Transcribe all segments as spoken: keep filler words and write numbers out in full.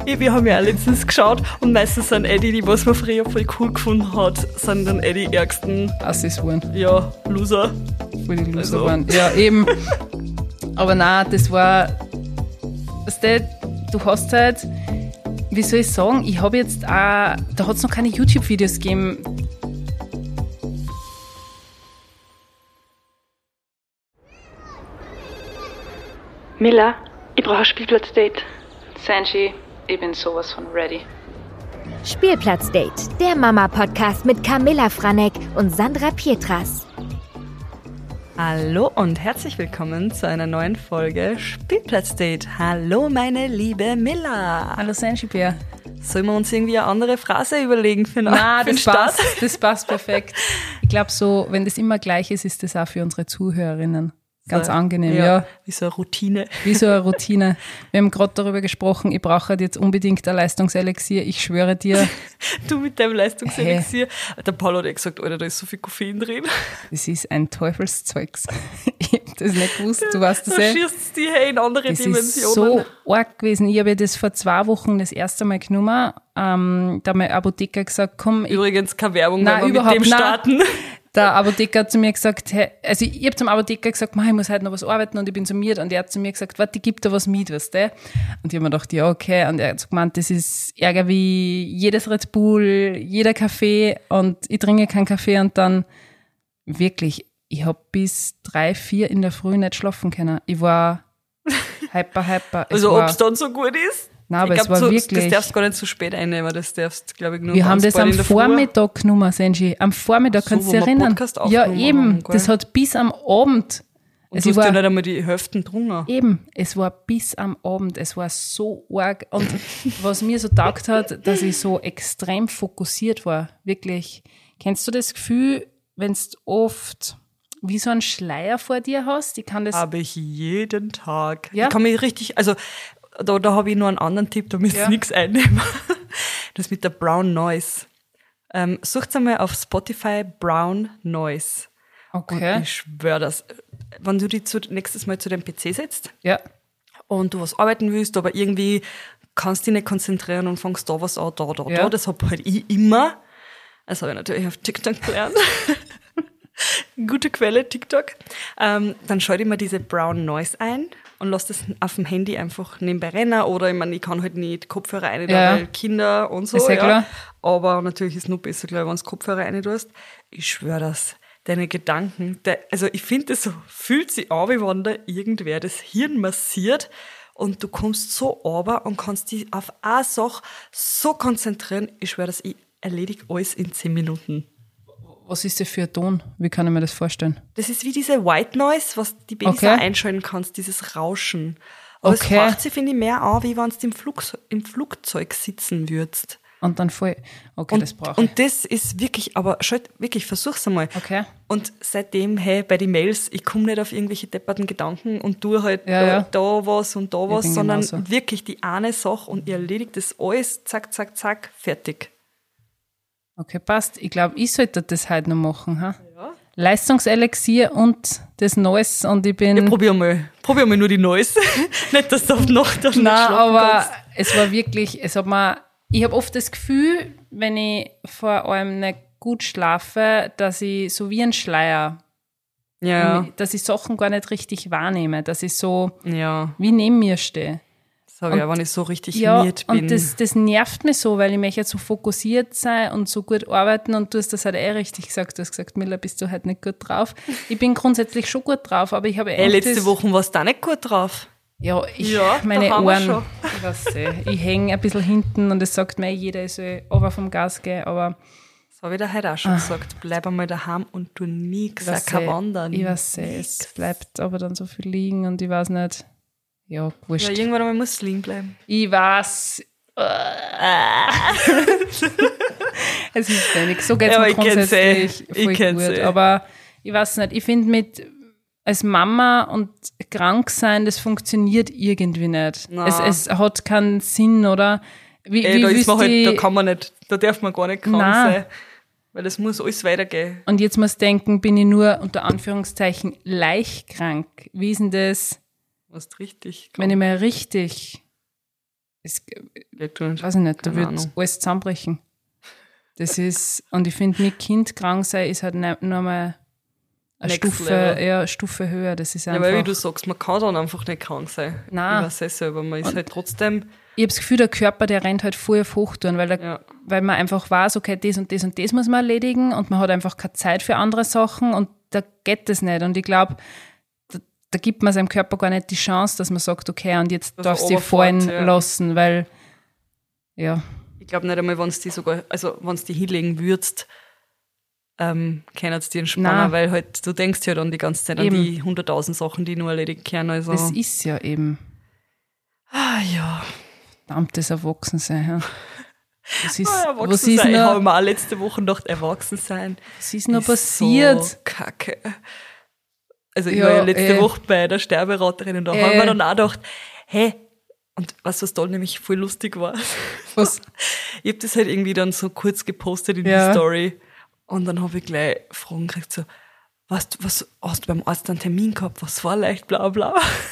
Ja, wir haben ja auch letztens geschaut und meistens sind eh die, die was man früher voll cool gefunden hat, sind dann eh die ärgsten. Assis waren. Ja, Loser. Wo die Loser Also. waren. Ja, eben. Aber nein, das war, weißt du, du hast halt, wie soll ich sagen, ich habe jetzt auch, da hat es noch keine YouTube-Videos gegeben. Miller, ich brauche ein Spielplatzdate. Sanji, ich bin sowas von ready. Spielplatzdate, der Mama-Podcast mit Camilla Franek und Sandra Pietras. Hallo und herzlich willkommen zu einer neuen Folge Spielplatzdate. Hallo meine liebe Milla. Hallo Sanji Bär. Sollen wir uns irgendwie eine andere Phrase überlegen für, Nein, für den das Start? passt, das passt perfekt. Ich glaube so, wenn das immer gleich ist, ist das auch für unsere Zuhörerinnen ganz So, angenehm, ja. ja. Wie so eine Routine. Wie so eine Routine. Wir haben gerade darüber gesprochen, ich brauche halt jetzt unbedingt ein Leistungselixier. Ich schwöre dir, Du mit deinem Leistungselixier. Der Paul hat eh gesagt, Alter, da ist so viel Koffein drin. das ist ein Teufelszeugs. Ich hab das nicht gewusst, du weißt das Du eh. schießt die hey in andere Das ist Dimensionen. so arg gewesen. Ich habe ja das vor zwei Wochen das erste Mal genommen. Ähm, da hat mein Apotheker gesagt, komm, ich, Übrigens keine Werbung, Nein, wenn wir überhaupt mit dem nein. starten. der Apotheker hat zu mir gesagt, hey, also ich, ich habe zum Apotheker gesagt, ich muss heute noch was arbeiten und ich bin summiert und er hat zu mir gesagt, warte, ich gebe da was mit, weißt du? Und ich habe mir gedacht, ja, okay. Und er hat so gemeint, das ist Ärger wie jedes Red Bull, jeder Kaffee und ich trinke keinen Kaffee und dann wirklich, ich habe bis drei, vier in der Früh nicht schlafen können. Ich war hyper, hyper. Es Also war, ob es dann so gut ist? Nein, aber ich es war so, wirklich. Das darfst du gar nicht so spät einnehmen, das darfst, glaube ich, nur Wir haben ganz das bald am in der Früh. Vormittag genommen, Senji. Am Vormittag, Ach so, kannst du wo dich wir erinnern? Podcast Ja, aufgenommen eben. haben, gell? Das hat bis am Abend. Und Also du ich hast ja war, nicht einmal die Hälfte drungen. eben, es war bis am Abend. Es war so arg. Und was mir so taugt hat, dass ich so extrem fokussiert war. Wirklich. Kennst du das Gefühl, wenn du oft wie so einen Schleier vor dir hast? Ich kann das. Habe ich jeden Tag. Ja? Ich kann mich richtig, also da, da habe ich noch einen anderen Tipp, da müsst ihr Ja. nichts einnehmen. Das mit der Brown Noise. Ähm, sucht einmal auf Spotify Brown Noise. Okay. Und ich schwöre das. Wenn du dich zu, nächstes Mal zu deinem P C setzt Ja. und du was arbeiten willst, aber irgendwie kannst dich nicht konzentrieren und fängst da was an, da, da, Ja. da. Das hab halt ich immer. Das habe ich natürlich auf TikTok gelernt. Gute Quelle, TikTok. Ähm, dann schalte ich mir diese Brown Noise ein und lasse das auf dem Handy einfach nebenbei rennen. Oder ich meine, ich kann halt nicht Kopfhörer rein, Ja. weil Kinder und so. Ist ja klar. Aber natürlich ist es noch besser, glaube ich, wenn du Kopfhörer rein tust. Ich schwöre das. Deine Gedanken, de, also ich finde, das so fühlt sich an, wie wenn da irgendwer das Hirn massiert und du kommst so runter und kannst dich auf eine Sache so konzentrieren. Ich schwöre, dass ich erledige alles in zehn Minuten. Was ist das für ein Ton? Wie kann ich mir das vorstellen? Das ist wie diese White Noise, was die Babys Okay. auch einschalten kannst, dieses Rauschen. Aber Okay. es macht sich, finde ich, mehr an, wie wenn du im, Flug, im Flugzeug sitzen würdest. Und dann voll. Okay, Und, das brauche ich. und das ist wirklich, aber schalt, wirklich, versuch's einmal. Okay. Und seitdem, hey, bei den Mails, ich komme nicht auf irgendwelche depperten Gedanken und tue halt Ja, da, ja. da was und da was, bin sondern genauso. wirklich die eine Sache und ihr erledigt das alles, zack, zack, zack, fertig. Okay, passt. Ich glaube, ich sollte das heute noch machen. Ha? Ja. Leistungselixier und das Neues und ich bin... Ja, probier mal. Probier mal nur die Neues. Nicht, dass du auf die Nacht dann nicht Nein, schlafen aber kannst. es war wirklich, es hat mir, ich habe oft das Gefühl, wenn ich vor allem nicht gut schlafe, dass ich so wie ein Schleier, Ja, dass ich Sachen gar nicht richtig wahrnehme, dass ich so ja. wie neben mir stehe. Das habe ich auch, wenn ich so richtig Ja, miert bin. und das, das nervt mich so, weil ich möchte jetzt so fokussiert sein und so gut arbeiten und du hast das halt eh richtig gesagt. Du hast gesagt, Miller, bist du halt nicht gut drauf. Ich bin grundsätzlich schon gut drauf, aber ich habe Ey, echt letzte das, Woche warst du auch nicht gut drauf. Ja, ich, Ja, meine da haben wir Ohren, schon. ich weiß eh, ich hänge ein bisschen hinten und es sagt mir, jeder ist aber vom Gas gehen, aber Das habe ich dir heute auch schon gesagt. Bleib einmal daheim und tu nix, ich weiß kein eh, Wandern. ich weiß eh, es bleibt aber dann so viel liegen und ich weiß nicht, ja, wurscht. Ja, irgendwann einmal muss es liegen bleiben. Ich weiß. Es ist wenig. So geht es Ja, aber mir ich kenn's eh. grundsätzlich Ich voll kenn's gut. eh. Aber ich weiß nicht, ich finde mit als Mama und krank sein, das funktioniert irgendwie nicht. Na. Es, es hat keinen Sinn, oder? Wie, Ey, wie da ist willst man halt, die- da kann man nicht, da darf man gar nicht krank Nein. sein. Weil das muss alles weitergehen. Und jetzt muss denken, bin ich nur unter Anführungszeichen leicht krank. Wie ist denn das, Du hast richtig wenn ich mal richtig es, Ja, du nicht. weiß ich nicht, da Keine wird Ahnung. alles zusammenbrechen. Das ist, und ich finde, mit Kind krank sein ist halt ne, nochmal eine Next Stufe, Level. ja, eine Stufe höher. Das ist Ja, einfach. weil wie du sagst, man kann dann einfach nicht krank sein. Nein. Ich weiß es selber, man ist halt trotzdem, Ich habe das Gefühl, der Körper, der rennt halt voll auf Hochtouren, weil, der, ja. weil man einfach weiß, okay, das und das und das muss man erledigen und man hat einfach keine Zeit für andere Sachen und da geht das nicht. Und ich glaube, da, da gibt man seinem Körper gar nicht die Chance, dass man sagt, okay, und jetzt Dass darfst er du dich fallen runterfährt, ja. lassen, weil, ja, Ich glaube nicht einmal, wenn es die sogar, also wenn es die hinlegen würdest, ähm, können es die entspannen, Nein. weil halt, du denkst ja dann die ganze Zeit Eben. an die hunderttausend Sachen, die nur erledigt werden. Also, das ist ja eben ah ja, verdammtes Erwachsensein. Ja. Was ist, ah, was ist Erwachsensein. Ich habe noch, mir auch letzte Woche gedacht, erwachsen sein. was ist noch ist passiert? So kacke. Also ich Ja, war ja letzte eh. Woche bei der Sterberaterin und da Eh. haben wir dann auch gedacht, hey, und was was da nämlich voll lustig war, Was? ich habe das halt irgendwie dann so kurz gepostet in Ja. die Story und dann habe ich gleich Fragen gekriegt, so, was, was hast du beim Arzt einen Termin gehabt, was war leicht, bla bla.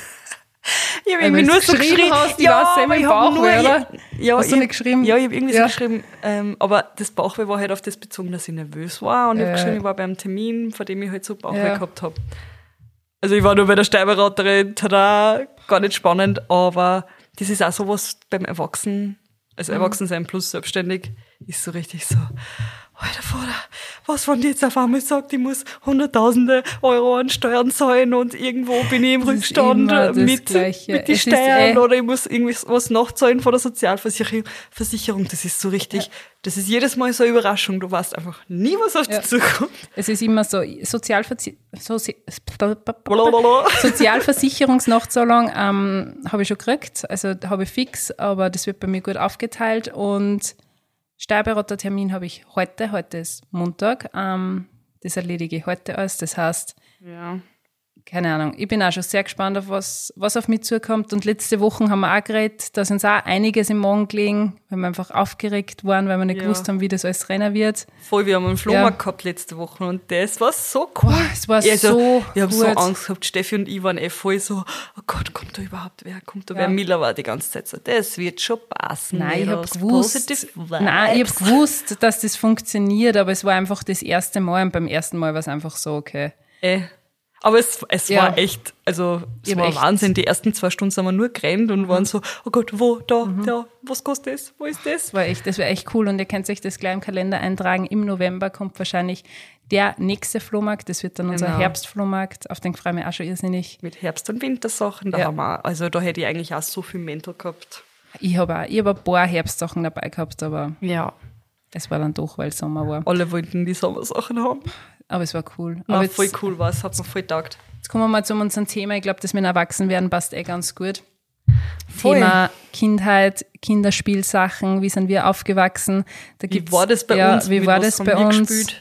Ich habe irgendwie Weil nur du's so geschrieben geschrieben, hast, ich weiß, aber im ich hab Bauchweh, nur, oder? Ja, Hast du ich- nicht geschrieben? Ja, ich habe irgendwie Ja. so geschrieben, ähm, aber das Bauchweh war halt auf das bezogen, dass ich nervös war und ich habe Äh. geschrieben, ich war beim Termin, vor dem ich halt so Bauchweh Ja. gehabt habe. Also ich war nur bei der Sterberaterin, tada, gar nicht spannend, aber das ist auch sowas beim Erwachsenen, also Mhm. Erwachsensein plus selbstständig, ist so richtig so, alter Vater, was, wenn die jetzt auf einmal sagt, ich muss Hunderttausende Euro an Steuern zahlen und irgendwo bin ich im Das ist Rückstand immer das mit, Gleiche. mit den Es ist Steuern eh- oder ich muss irgendwie was nachzahlen von der Sozialversicherung. Versicherung. Das ist so richtig, das ist jedes Mal so eine Überraschung, du weißt einfach nie, was auf Ja. dich zukommt. Es ist immer so, Sozialverzi Sozi Blablabla. Sozialversicherungsnachzahlung ähm, habe ich schon gekriegt, also habe ich fix, aber das wird bei mir gut aufgeteilt und Steuerberatertermin habe ich heute, heute ist Montag, ähm, das erledige ich heute alles, das heißt, Ja. keine Ahnung, ich bin auch schon sehr gespannt, auf was, was auf mich zukommt und letzte Woche haben wir auch geredet, da ist uns auch einiges im Magen gelegen, weil wir einfach aufgeregt waren, weil wir nicht Ja. gewusst haben, wie das alles rennen wird. Voll, wir haben einen Flohmarkt Ja. gehabt letzte Woche und das war so cool. Boah, es war Also, so ich habe so gut. Angst gehabt, Steffi und ich waren eh voll so, oh Gott, kommt da überhaupt wer, kommt da Ja. wer? Miller war die ganze Zeit so, das wird schon passen. Nein, ich habe Mädels, gewusst, positive Vibes. nein, ich habe gewusst, dass das funktioniert, aber es war einfach das erste Mal und beim ersten Mal war es einfach so, okay. Eh. Aber es, es Ja. war echt, also es Ich hab war echt- Wahnsinn. Die ersten zwei Stunden sind wir nur gerannt und waren so, oh Gott, wo, da, Mhm. da, was kostet das, wo ist das? Das war echt, das war echt cool und ihr könnt euch das gleich im Kalender eintragen. Im November kommt wahrscheinlich der nächste Flohmarkt, das wird dann unser Genau. Herbstflohmarkt, auf den freue ich mich auch schon irrsinnig. Mit Herbst- und Wintersachen, da Ja. haben wir, also da hätte ich eigentlich auch so viel Mental gehabt. Ich habe auch, ich habe ein paar Herbstsachen dabei gehabt, aber Ja. es war dann doch, weil Sommer war. Alle wollten die Sommersachen haben. Aber es war cool. Na, Aber voll jetzt, cool war es, hat mir voll getaugt. jetzt kommen wir mal zu unserem Thema. Ich glaube, dass wir erwachsen werden, passt eh ganz gut. Voll. Thema Kindheit, Kinderspielsachen, wie sind wir aufgewachsen? Da Wie gibt's- war das bei ja, uns? Wie Mit war was das haben bei wir uns? gespielt?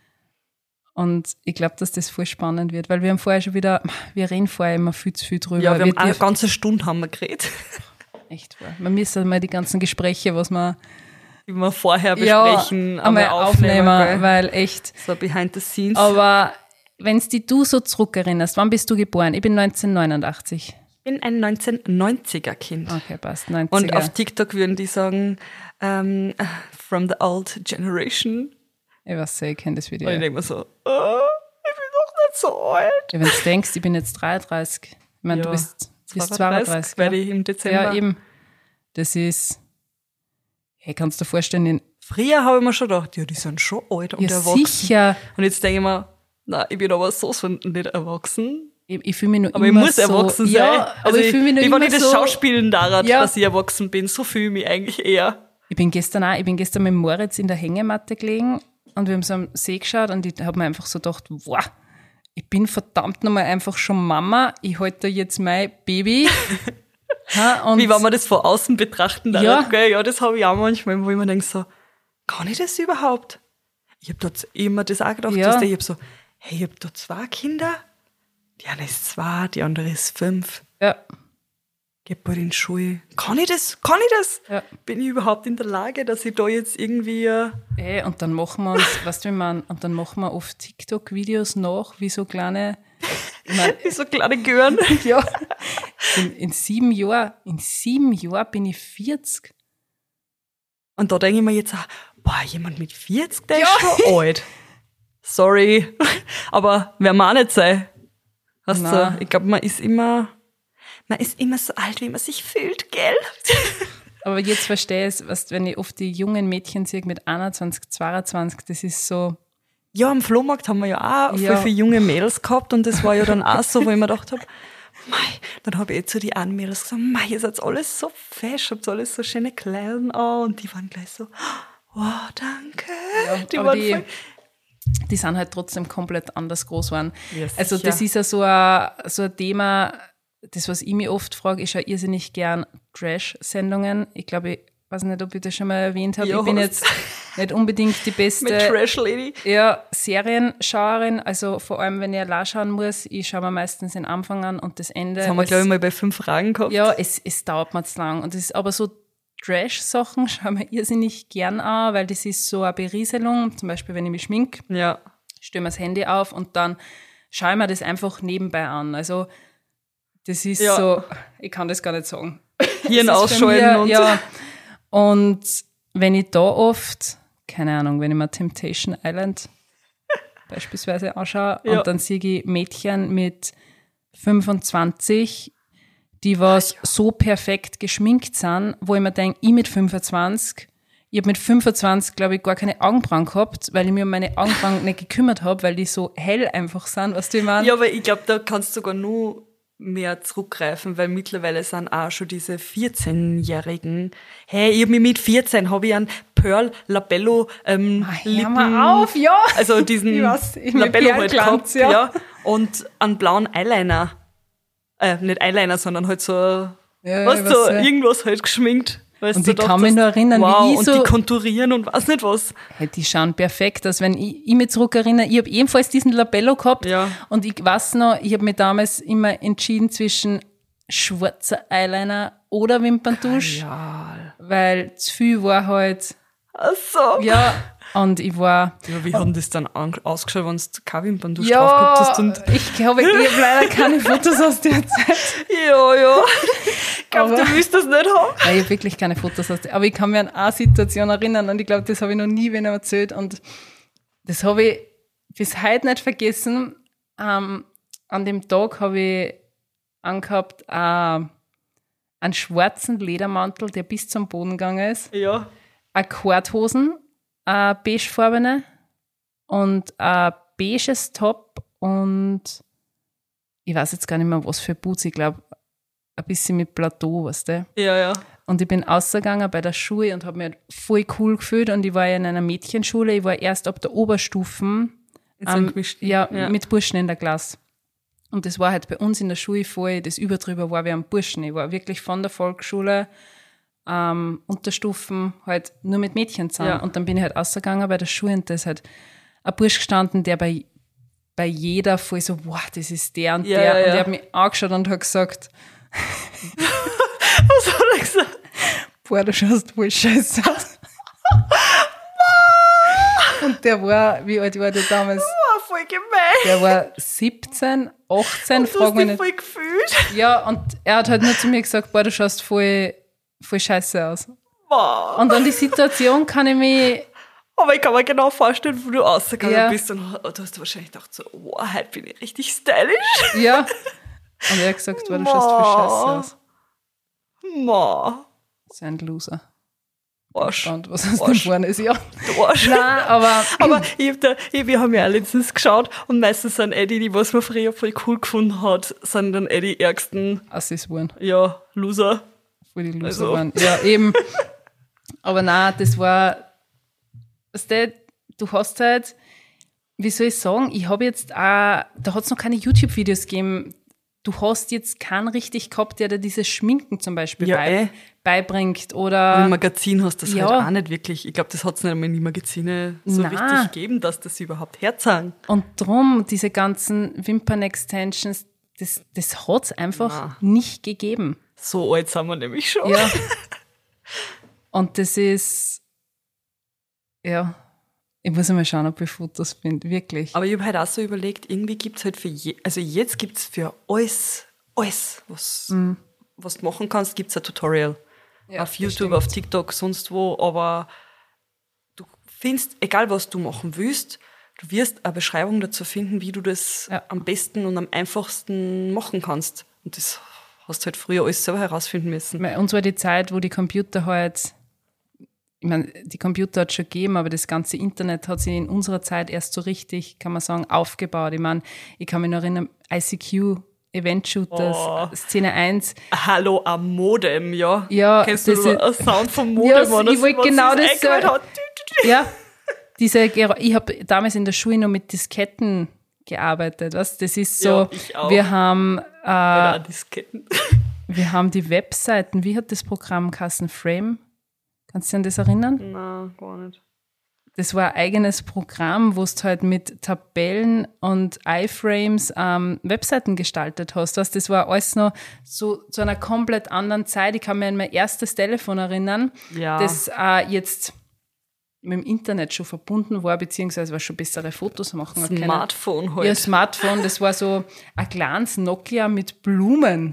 Und ich glaube, dass das voll spannend wird, weil wir haben vorher schon wieder, wir reden vorher immer viel zu viel drüber. Ja, wir haben Wird eine die- ganze Stunde haben wir geredet, echt wahr. Man müsste mal die ganzen Gespräche, was wir die wir vorher ja, besprechen, einmal aufnehmen, gell? weil echt. So behind the scenes. Aber wenn du du so zurückerinnerst, wann bist du geboren? Ich bin neunzehnhundertneunundachtzig. Ich bin ein neunzehnhundertneunziger-Kind. Okay, passt. neunziger. Und auf TikTok würden die sagen, ähm, from the old generation. Ich weiß nicht, ich kenne das Video. Und ich denke mir so, oh, ich bin doch nicht so alt. Ja, wenn du denkst, ich bin jetzt dreiunddreißig. Ich meine, du Ja, bist, du bist zweiunddreißig. werde ja. ich im Dezember. Ja, eben. Das ist, hey, kannst du dir vorstellen, in, Früher habe ich mir schon gedacht, ja, die sind schon alt und ja erwachsen. sicher, Und jetzt denke ich mir, na, ich bin aber so so nicht erwachsen. ich, ich fühle mich nur Aber ich immer muss so, erwachsen sein. Ja, aber also ich fühle mich nur wie immer wenn ich das so, Schauspielen daran, Ja. dass ich erwachsen bin, so fühle ich mich eigentlich eher. ich bin gestern auch, ich bin gestern mit Moritz in der Hängematte gelegen und wir haben so am See geschaut und ich habe mir einfach so gedacht, wow, ich bin verdammt nochmal einfach schon Mama, ich halte da jetzt mein Baby. Ha, und Wie wenn man das von außen betrachten darf. Ja. Gell? Ja, das habe ich auch manchmal, wo ich mir denke so, kann ich das überhaupt? Ich habe dort immer das auch gedacht, Ja. dass ich habe so, hey, ich habe da zwei Kinder, die eine ist zwei, die andere ist fünf, ja, geht bald in die Schule. Kann ich das? Kann ich das? Ja. Bin ich überhaupt in der Lage, dass ich da jetzt irgendwie, äh, ey, und dann machen wir uns, weißt du, wie man, und dann machen wir oft TikTok-Videos nach, wie so kleine Ich mein, Wie so kleine Gören. ja, in, in sieben Jahren, in sieben Jahren bin ich vierzig. Und da denke ich mir jetzt auch, boah, jemand mit vierzig, der Ja. ist schon alt. Sorry. Aber wer man auch nicht sein. Weißt du, Nein. ich glaube, man ist immer, man ist immer so alt, wie man sich fühlt, gell? Aber jetzt verstehe ich es, weißt, wenn ich oft die jungen Mädchen sehe mit einundzwanzig, zweiundzwanzig, das ist so, Ja, am Flohmarkt haben wir ja auch Ja. voll viele junge Mädels gehabt und das war ja dann auch so, wo ich mir gedacht habe, mei, dann habe ich eh zu die anderen Mädels gesagt, mei, ihr seid alles so fesch, habt alles so schöne Kleider an und die waren gleich so, wow, danke. ja, die aber waren die, voll, die sind halt trotzdem komplett anders groß geworden. Ja, Also sicher. das ist ja so ein, so ein Thema, das, was ich mich oft frage, ich schaue irrsinnig gern Trash-Sendungen. Ich glaube, ich weiß nicht, ob ich das schon mal erwähnt habe. Ja, ich bin hast. jetzt nicht unbedingt die mit beste Trash Lady. ja, Serienschauerin. Also vor allem, wenn ich allein schauen muss, ich schaue mir meistens den Anfang an und das Ende. Das haben wir, Es- glaube ich, mal bei fünf Fragen gehabt. Ja, es, es dauert mir zu lang. Und das ist aber so Trash-Sachen schauen wir irrsinnig gern an, weil das ist so eine Berieselung. Zum Beispiel, wenn ich mich schminke, Ja. stelle mir das Handy auf und dann schaue ich mir das einfach nebenbei an. Also das ist Ja. so, ich kann das gar nicht sagen. Hirn Das ist für ausschalten mich, und ja. Und wenn ich da oft, keine Ahnung, wenn ich mir Temptation Island beispielsweise anschaue Ja. und dann sehe ich Mädchen mit fünfundzwanzig, die was so perfekt geschminkt sind, wo ich mir denke, ich mit fünfundzwanzig, ich habe mit fünfundzwanzig, glaube ich, gar keine Augenbrauen gehabt, weil ich mir um meine Augenbrauen nicht gekümmert habe, weil die so hell einfach sind, was du ich meine? Ja, aber ich glaube, da kannst du sogar nur mehr zurückgreifen, weil mittlerweile sind auch schon diese vierzehnjährigen. Hey, ich hab mich mit vierzehn habe ich einen Pearl Labello ähm, Ah, hör Lippen, mal auf, ja. also diesen Ich weiß, ich mit Labello halt Perlglanz, gehabt, ja. ja. Und einen blauen Eyeliner. Äh, nicht Eyeliner, sondern halt so, Ja, weißt ich du, weiß, so ja. irgendwas halt geschminkt. Weißt Und du, ich kann mich dachtest, nur erinnern, wie wow, ich und so- die konturieren und weiß nicht was. Hey, die schauen perfekt aus. Wenn ich, ich mich zurückerinnere, ich habe ebenfalls diesen Labello gehabt Ja. und ich weiß noch, ich habe mich damals immer entschieden zwischen schwarzer Eyeliner oder Wimperntusch, Ja. weil zu viel war halt, Ach so. ja, und ich war, Ja, wie haben das dann an- ausgeschaut, wenn du keine Wimperntusch drauf ja, gehabt hast? Und ich glaube, ich habe leider keine Fotos aus der Zeit. ja, ja. Ich glaube, Aber- du willst das nicht haben. Nein, ich habe wirklich keine Fotos aus der, aber ich kann mich an eine Situation erinnern und ich glaube, das habe ich noch nie wem erzählt und das habe ich bis heute nicht vergessen. Ähm, an dem Tag habe ich angehabt äh, einen schwarzen Ledermantel, der bis zum Boden gegangen ist, Ja. eine Korthosen, eine beigefarbene und ein beiges Top und ich weiß jetzt gar nicht mehr, was für Boots, ich glaube, ein bisschen mit Plateau, weißt du. Ja, ja. Und ich bin rausgegangen bei der Schule und habe mich halt voll cool gefühlt. Und ich war ja in einer Mädchenschule. Ich war erst ab der Oberstufen Jetzt ein ähm, gemischt- ja, ja. mit Burschen in der Klasse. Und das war halt bei uns in der Schule voll, das Überdrüber war wie am Burschen. Ich war wirklich von der Volksschule, ähm, Unterstufen, halt nur mit Mädchen zusammen. Ja. Und dann bin ich halt rausgegangen bei der Schule und da ist halt ein Bursch gestanden, der bei, bei jeder voll so, wow, das ist der und Ja, der. ja, Und ja. der hat mich angeschaut und hat gesagt, Was hat er gesagt? boah, du schaust voll scheiße aus. Und der war, wie alt war der damals? Oh, voll gemein. Der war siebzehn, achtzehn, Du frag hast mich dich nicht. voll gefühlt. Ja, und er hat halt nur zu mir gesagt, boah, du schaust voll, voll scheiße aus. Wow. Und an die Situation kann ich mich, Aber ich kann mir genau vorstellen, wo du rausgegangen Ja. bist und du hast wahrscheinlich gedacht so, wow, heute bin ich richtig stylisch. ja. Und er hat gesagt, boah, du schaust voll scheiße aus. Ma. So ein Loser. Arsch. Und was aus dem Arsch. geworden ist, ja. Du Arsch. Nein, aber, Aber ich hab da, ich, wir haben ja auch letztens geschaut und meistens sind eh die, die was man früher voll cool gefunden hat, sind dann eh die ärgsten, Assis waren. ja, Loser. Voll die Loser Also. waren. Ja, eben. Aber nein, das war, weißt du, du hast halt, wie soll ich sagen, ich habe jetzt auch, da hat es noch keine YouTube-Videos gegeben. Du hast jetzt keinen richtig gehabt, der dir dieses Schminken zum Beispiel Ja, bei, eh. beibringt. Im Oder Magazin hast du das Ja. halt auch nicht wirklich. Ich glaube, das hat es nicht einmal in die Magazine so Nein. richtig gegeben, dass das überhaupt herzahlen. und drum, diese ganzen Wimpern-Extensions, das, das hat es einfach Nein. nicht gegeben. So alt sind wir nämlich schon. Ja. Und das ist, ja, Ich muss mal schauen, ob ich Fotos finde, wirklich. Aber ich habe halt auch so überlegt, irgendwie gibt es halt für je, also jetzt gibt es für alles, alles, was, mhm. was du machen kannst, gibt es ein Tutorial. Ja, auf YouTube, stimmt. Auf TikTok, sonst wo, aber du findest, egal was du machen willst, du wirst eine Beschreibung dazu finden, wie du das ja. am besten und am einfachsten machen kannst. Und das hast du halt früher alles selber herausfinden müssen. Bei uns war die Zeit, wo die Computer halt, ich meine, die Computer hat es schon gegeben, aber das ganze Internet hat sich in unserer Zeit erst so richtig, kann man sagen, aufgebaut. Ich meine, ich kann mich noch erinnern, I C Q, Event Shooters, oh. Szene eins. Hallo am Modem, ja. Ja, kennst du einen Sound vom Modem? Ja, das, ich wollte genau das sagen. Ja, diese, ich habe damals in der Schule noch mit Disketten gearbeitet, weißt? Das ist so, ja, ich auch. wir haben äh, ja, Disketten. Wir haben die Webseiten, wie hat das Programm geheißen? Frame? Kannst du dich an das erinnern? Nein, gar nicht. Das war ein eigenes Programm, wo du halt mit Tabellen und iFrames ähm, Webseiten gestaltet hast. Weißt, das war alles noch so zu einer komplett anderen Zeit. Ich kann mich an mein erstes Telefon erinnern, ja. das äh, jetzt mit dem Internet schon verbunden war, beziehungsweise war schon bessere Fotos machen. Smartphone halt. Ja, Smartphone. Das war so ein kleines Nokia mit Blumen.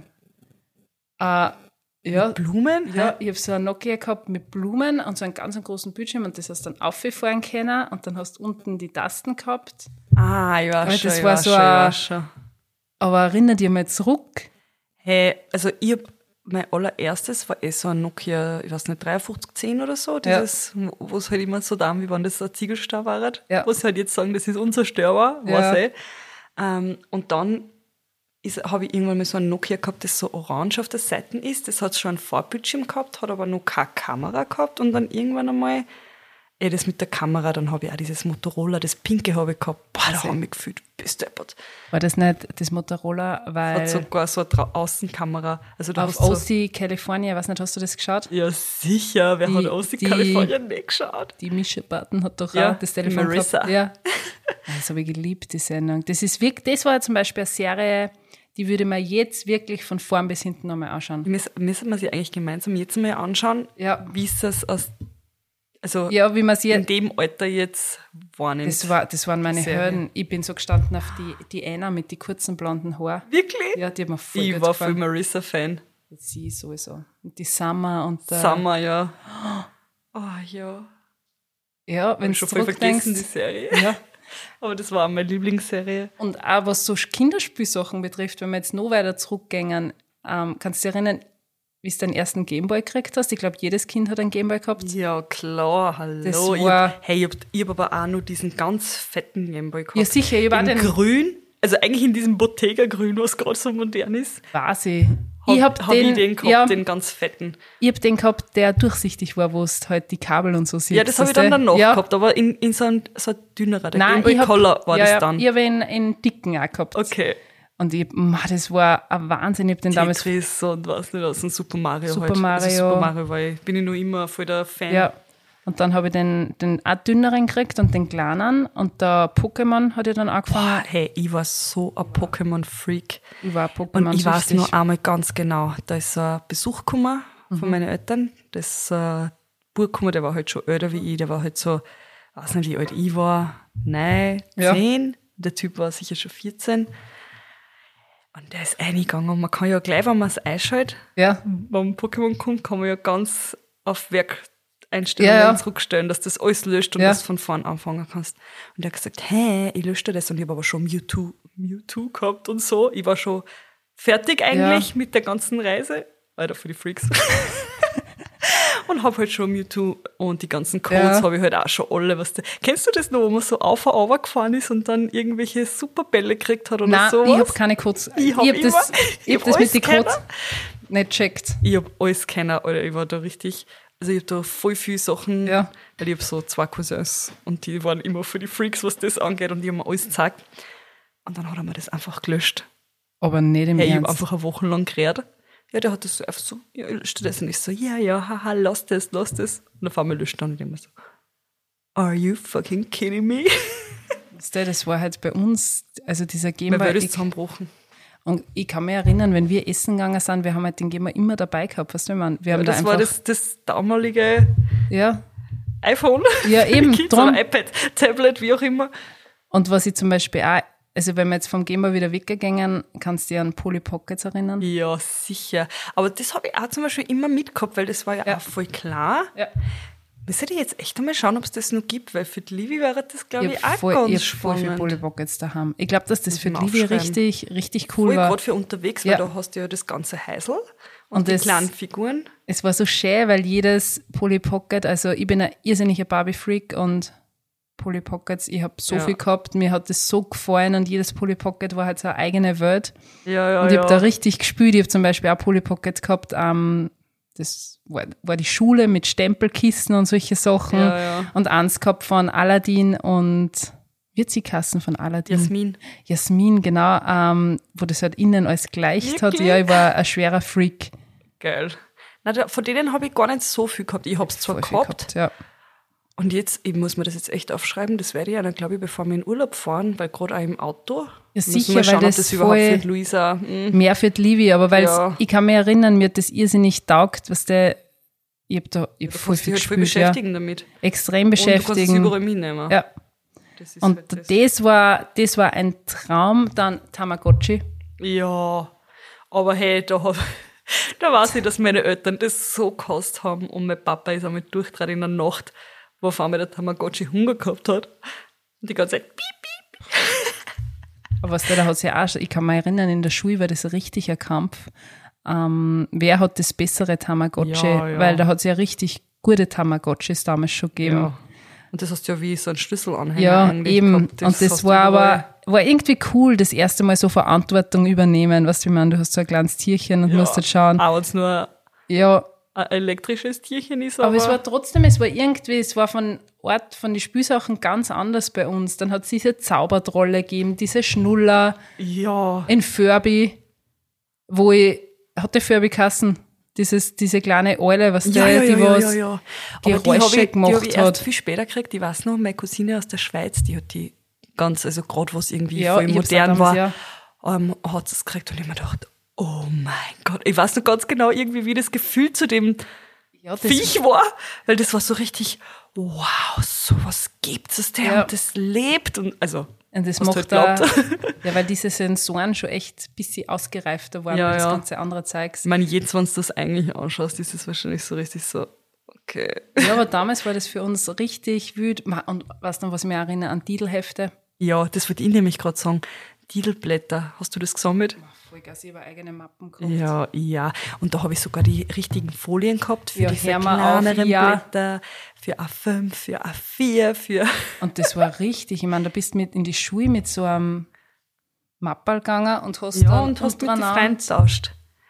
Äh, Ja, mit Blumen? Ja, ich habe so ein Nokia gehabt mit Blumen und so einen ganz großen Bildschirm und das hast du dann aufgefahren können und dann hast du unten die Tasten gehabt. Ah, ich weiß schon, das ich war weiß so schon, ich ein, weiß schon. Aber erinnere dich mal zurück. Hey, also ich hab, mein allererstes war eh so ein Nokia, ich weiß nicht, dreiundfünfzig zehn oder so, dieses, ja. wo es halt immer so da, wie wenn das ein Ziegelstab war, ja. wo sie halt jetzt sagen, das ist unzerstörbar, ja. weiß ich. Ähm, und dann habe ich irgendwann mal so ein Nokia gehabt, das so orange auf der Seite ist. Das hat schon einen Vorbildschirm gehabt, hat aber noch keine Kamera gehabt. Und dann irgendwann einmal, eh, das mit der Kamera, dann habe ich auch dieses Motorola, das pinke habe ich gehabt. Boah, da habe ich mich gefühlt, bist du deppert. War das nicht das Motorola, weil... Das hat sogar so eine Außenkamera. Also da auf O C so California, weiß nicht, hast du das geschaut? Ja, sicher. Wer die, hat O C California nicht geschaut? Die Mischa Barton hat doch ja, auch das Telefon Marissa. gehabt. Ja, das habe ich geliebt, die Sendung. Das, ist wirklich, das war zum Beispiel eine Serie... Die würde man jetzt wirklich von vorn bis hinten nochmal anschauen. Müssen, müssen wir sie eigentlich gemeinsam jetzt mal anschauen, ja. wie es das aus, also ja, wie man sie in dem Alter jetzt wahrnimmt. Das, war, das waren meine Helden. Ich bin so gestanden auf die, die Anna mit den kurzen blonden Haaren. Wirklich? Ja, die hat mir voll Ich war voll Marissa-Fan. Sie sowieso. Und die Summer und der... Summer, ja. Oh, ja. Ja, wenn du schon voll vergessen, die Serie. Ja. Aber das war meine Lieblingsserie. Und auch was so Kinderspielsachen betrifft, wenn wir jetzt noch weiter zurückgehen, ähm, kannst du dich erinnern, wie du deinen ersten Gameboy gekriegt hast? Ich glaube, jedes Kind hat einen Gameboy gehabt. Ja, klar, hallo. Das war, ich, hey, ich habe hab aber auch nur diesen ganz fetten Gameboy gehabt. Ja, sicher. Ich habe den grün, also eigentlich in diesem Bottega-Grün, was gerade so modern ist. Weiß ich. Hab, ich habe hab den, ich den gehabt, ja, den ganz fetten. Ich habe den gehabt, der durchsichtig war, wo es halt die Kabel und so siehst. Ja, das habe ich dann danach ja. gehabt, aber in, in so ein, so ein dünnerer. Der Nein, Game Boy Color war ja, das ja, dann. Ich habe ihn in dicken auch gehabt. Okay. Und ich, das war ein Wahnsinn. Ich habe den damals... Tetris und was nicht, aus dem Super Mario Super halt. Mario. Also Super Mario, weil bin ich noch immer voll der Fan. Ja. Und dann habe ich den, den auch dünneren gekriegt und den kleinen. Und der Pokémon hat ja dann angefangen. Boah, hey, ich war so ein Pokémon-Freak. Ich war Pokémon. Und ich weiß noch einmal ganz genau, da ist so ein Besuch gekommen von mhm. meinen Eltern. Das ist ein Bub gekommen, der war halt schon älter wie ich. Der war halt so, ich weiß nicht, wie alt ich war, neun, zehn. Ja. Der Typ war sicher schon vierzehn. Und der ist reingegangen. Und man kann ja gleich, wenn man es einschaltet, ja. wenn Pokémon kommt, kann man ja ganz auf Werk Einstellungen ja, ja. zurückstellen, dass das alles löscht und ja. das von vorn anfangen kannst. Und er hat gesagt, hä, ich lösche das. Und ich habe aber schon Mewtwo, Mewtwo gehabt und so. Ich war schon fertig eigentlich ja. mit der ganzen Reise. Alter, für die Freaks. Und habe halt schon Mewtwo und die ganzen Codes ja. habe ich halt auch schon alle. Was da, kennst du das noch, wo man so auf und runter gefahren ist und dann irgendwelche Superbälle gekriegt hat oder Nein, sowas? ich habe keine Codes. Ich habe hab das, ich hab das mit den Codes kennen. nicht checkt. Ich habe alles kennen, Alter. Ich war da richtig... Also ich habe da voll viele Sachen, ja. weil ich habe so zwei Cousins und die waren immer für die Freaks, was das angeht, und die haben mir alles gezeigt. Und dann hat er mir das einfach gelöscht. Aber nicht im hey, Ernst. Ich habe einfach eine Woche lang geredet. Ja, der hat das so einfach so, ja, löscht das? Und ich so, ja, ja, haha, lass das, lass das. Und auf einmal löscht er und ich immer so, are you fucking kidding me? Das war halt bei uns, also dieser Gameboy. Mir würde es zusammenbrochen. Und ich kann mich erinnern, wenn wir essen gegangen sind, wir haben halt den Gameboy immer dabei gehabt, weißt du, ich meine, wir haben ja, da das einfach... war das, das damalige ja. iPhone. Ja, eben, Kids, drum. oder iPad, Tablet, wie auch immer. Und was ich zum Beispiel auch, also wenn wir jetzt vom Gameboy wieder weggegangen, kannst du dich an Polly Pockets erinnern? Ja, sicher. Aber das habe ich auch zum Beispiel immer mitgehabt, weil das war ja, Ja. auch voll klar. Ja. Müsste ich jetzt echt einmal schauen, ob es das noch gibt, weil für die Livi wäre das, glaube ich, Ich auch hab voll, ganz ich hab voll viele spannend. Polly Pockets daheim. Ich glaube, dass das Muss für ich die mal Livi aufschreiben. richtig, richtig cool Voll, war. gerade für unterwegs, weil Ja. da hast du ja das ganze Heisel und, Und die das- kleinen Figuren. Es war so schön, weil jedes Polly Pocket, also ich bin ein irrsinniger Barbie-Freak und Polly Pockets, ich habe so Ja. viel gehabt, mir hat das so gefallen und jedes Polly Pocket war halt so eine eigene Welt. Ja, ja, Und ich ja. habe da richtig gespielt. Ich habe zum Beispiel auch Polly Pockets gehabt. Ähm, das war, war die Schule mit Stempelkisten und solche Sachen. Ja, ja. Und eins gehabt von Aladdin und wird sie Kassen von Aladdin? Jasmin. Jasmin, genau. Ähm, wo das halt innen alles gleicht hat. Wirklich? Ja, ich war ein schwerer Freak. Geil. Na, da, von denen habe ich gar nicht so viel gehabt. Ich habe es zwar Voll viel gehabt, ja. und jetzt, ich muss mir das jetzt echt aufschreiben, das werde ich ja dann, glaube ich, bevor wir in Urlaub fahren, weil gerade auch im Auto. Ja, müssen sicher, wir schauen, weil ob das überhaupt voll- für die Luisa. mm, Mehr für die Livi, aber weil Ja. ich kann mich erinnern, mir hat das irrsinnig taugt, was der, ich hab da, ich hab Du voll kannst viel dich halt voll gespielt, ja. beschäftigen damit. Extrem Und du kannst es beschäftigen. überall mitnehmen. Ja. Das ist Und halt das. das war, das war ein Traum. Dann Tamagotchi. Ja, aber hey, da, hab, da weiß ich, dass meine Eltern das so gehasst haben und mein Papa ist einmal durchtrat in der Nacht, wo auf einmal der Tamagotchi Hunger gehabt hat. Und die ganze Zeit, piep, piep. Aber was da, da hat ja auch schon, ich kann mich erinnern, in der Schule war das ein richtiger Kampf. Ähm, wer hat das bessere Tamagotchi? Ja, ja. Weil da hat es ja richtig gute Tamagotchis damals schon gegeben. Ja. Und das hast du ja wie so einen Schlüsselanhänger Ja, eigentlich eben. gehabt. und das hast du war überall. aber war irgendwie cool, das erste Mal so Verantwortung übernehmen. Weißt du, ich meine, du hast so ein kleines Tierchen und Ja, musst halt schauen. Auch wenn es nur Ja, ein elektrisches Tierchen ist, aber, aber es war trotzdem, es war irgendwie, es war von Ort, von den Spielsachen ganz anders bei uns. Dann hat es diese Zaubertrolle gegeben, diese Schnuller ja, in Furby, wo ich, hatte Furby Kassen, dieses, diese kleine Eule, was ja, der, ja, die ja, was ja, ja. Geräusche Aber die habe ich, die gemacht hab ich hat. erst viel später gekriegt. Ich weiß noch, meine Cousine aus der Schweiz, die hat die ganz, also gerade was irgendwie Ja, voll ich hab's auch modern damals, war, ja. ähm, hat sie es gekriegt und ich hab mir gedacht, oh mein Gott, ich weiß noch ganz genau irgendwie, wie das Gefühl zu dem Ja, das- Viech war, weil das war so richtig, wow, sowas gibt es der Ja. und das lebt und also, Und das hast du macht halt da, geglaubt. ja, weil diese Sensoren schon echt ein bisschen ausgereifter waren, Ja, als das ja. ganze andere Zeugs. ich meine, jetzt, wenn du das eigentlich anschaust, ist es wahrscheinlich so richtig so, okay. Ja, aber damals war das für uns richtig wütend. Ma- Und weißt du, was ich mich erinnere an Titelhefte? Ja, das wollte ich nämlich gerade sagen. Titelblätter, hast du das gesammelt? Vollgas, ich habe eigene Mappen gehabt. Ja, ja. Und da habe ich sogar die richtigen Folien gehabt für Ja, diese hör mal auf, kleineren ja. Blätter, für A fünf, für A vier, für... Und das war richtig. Ich meine, da bist du mit in die Schule mit so einem Mappal gegangen und hast Ja, dann und hast mit den untereinander- Freunden getauscht.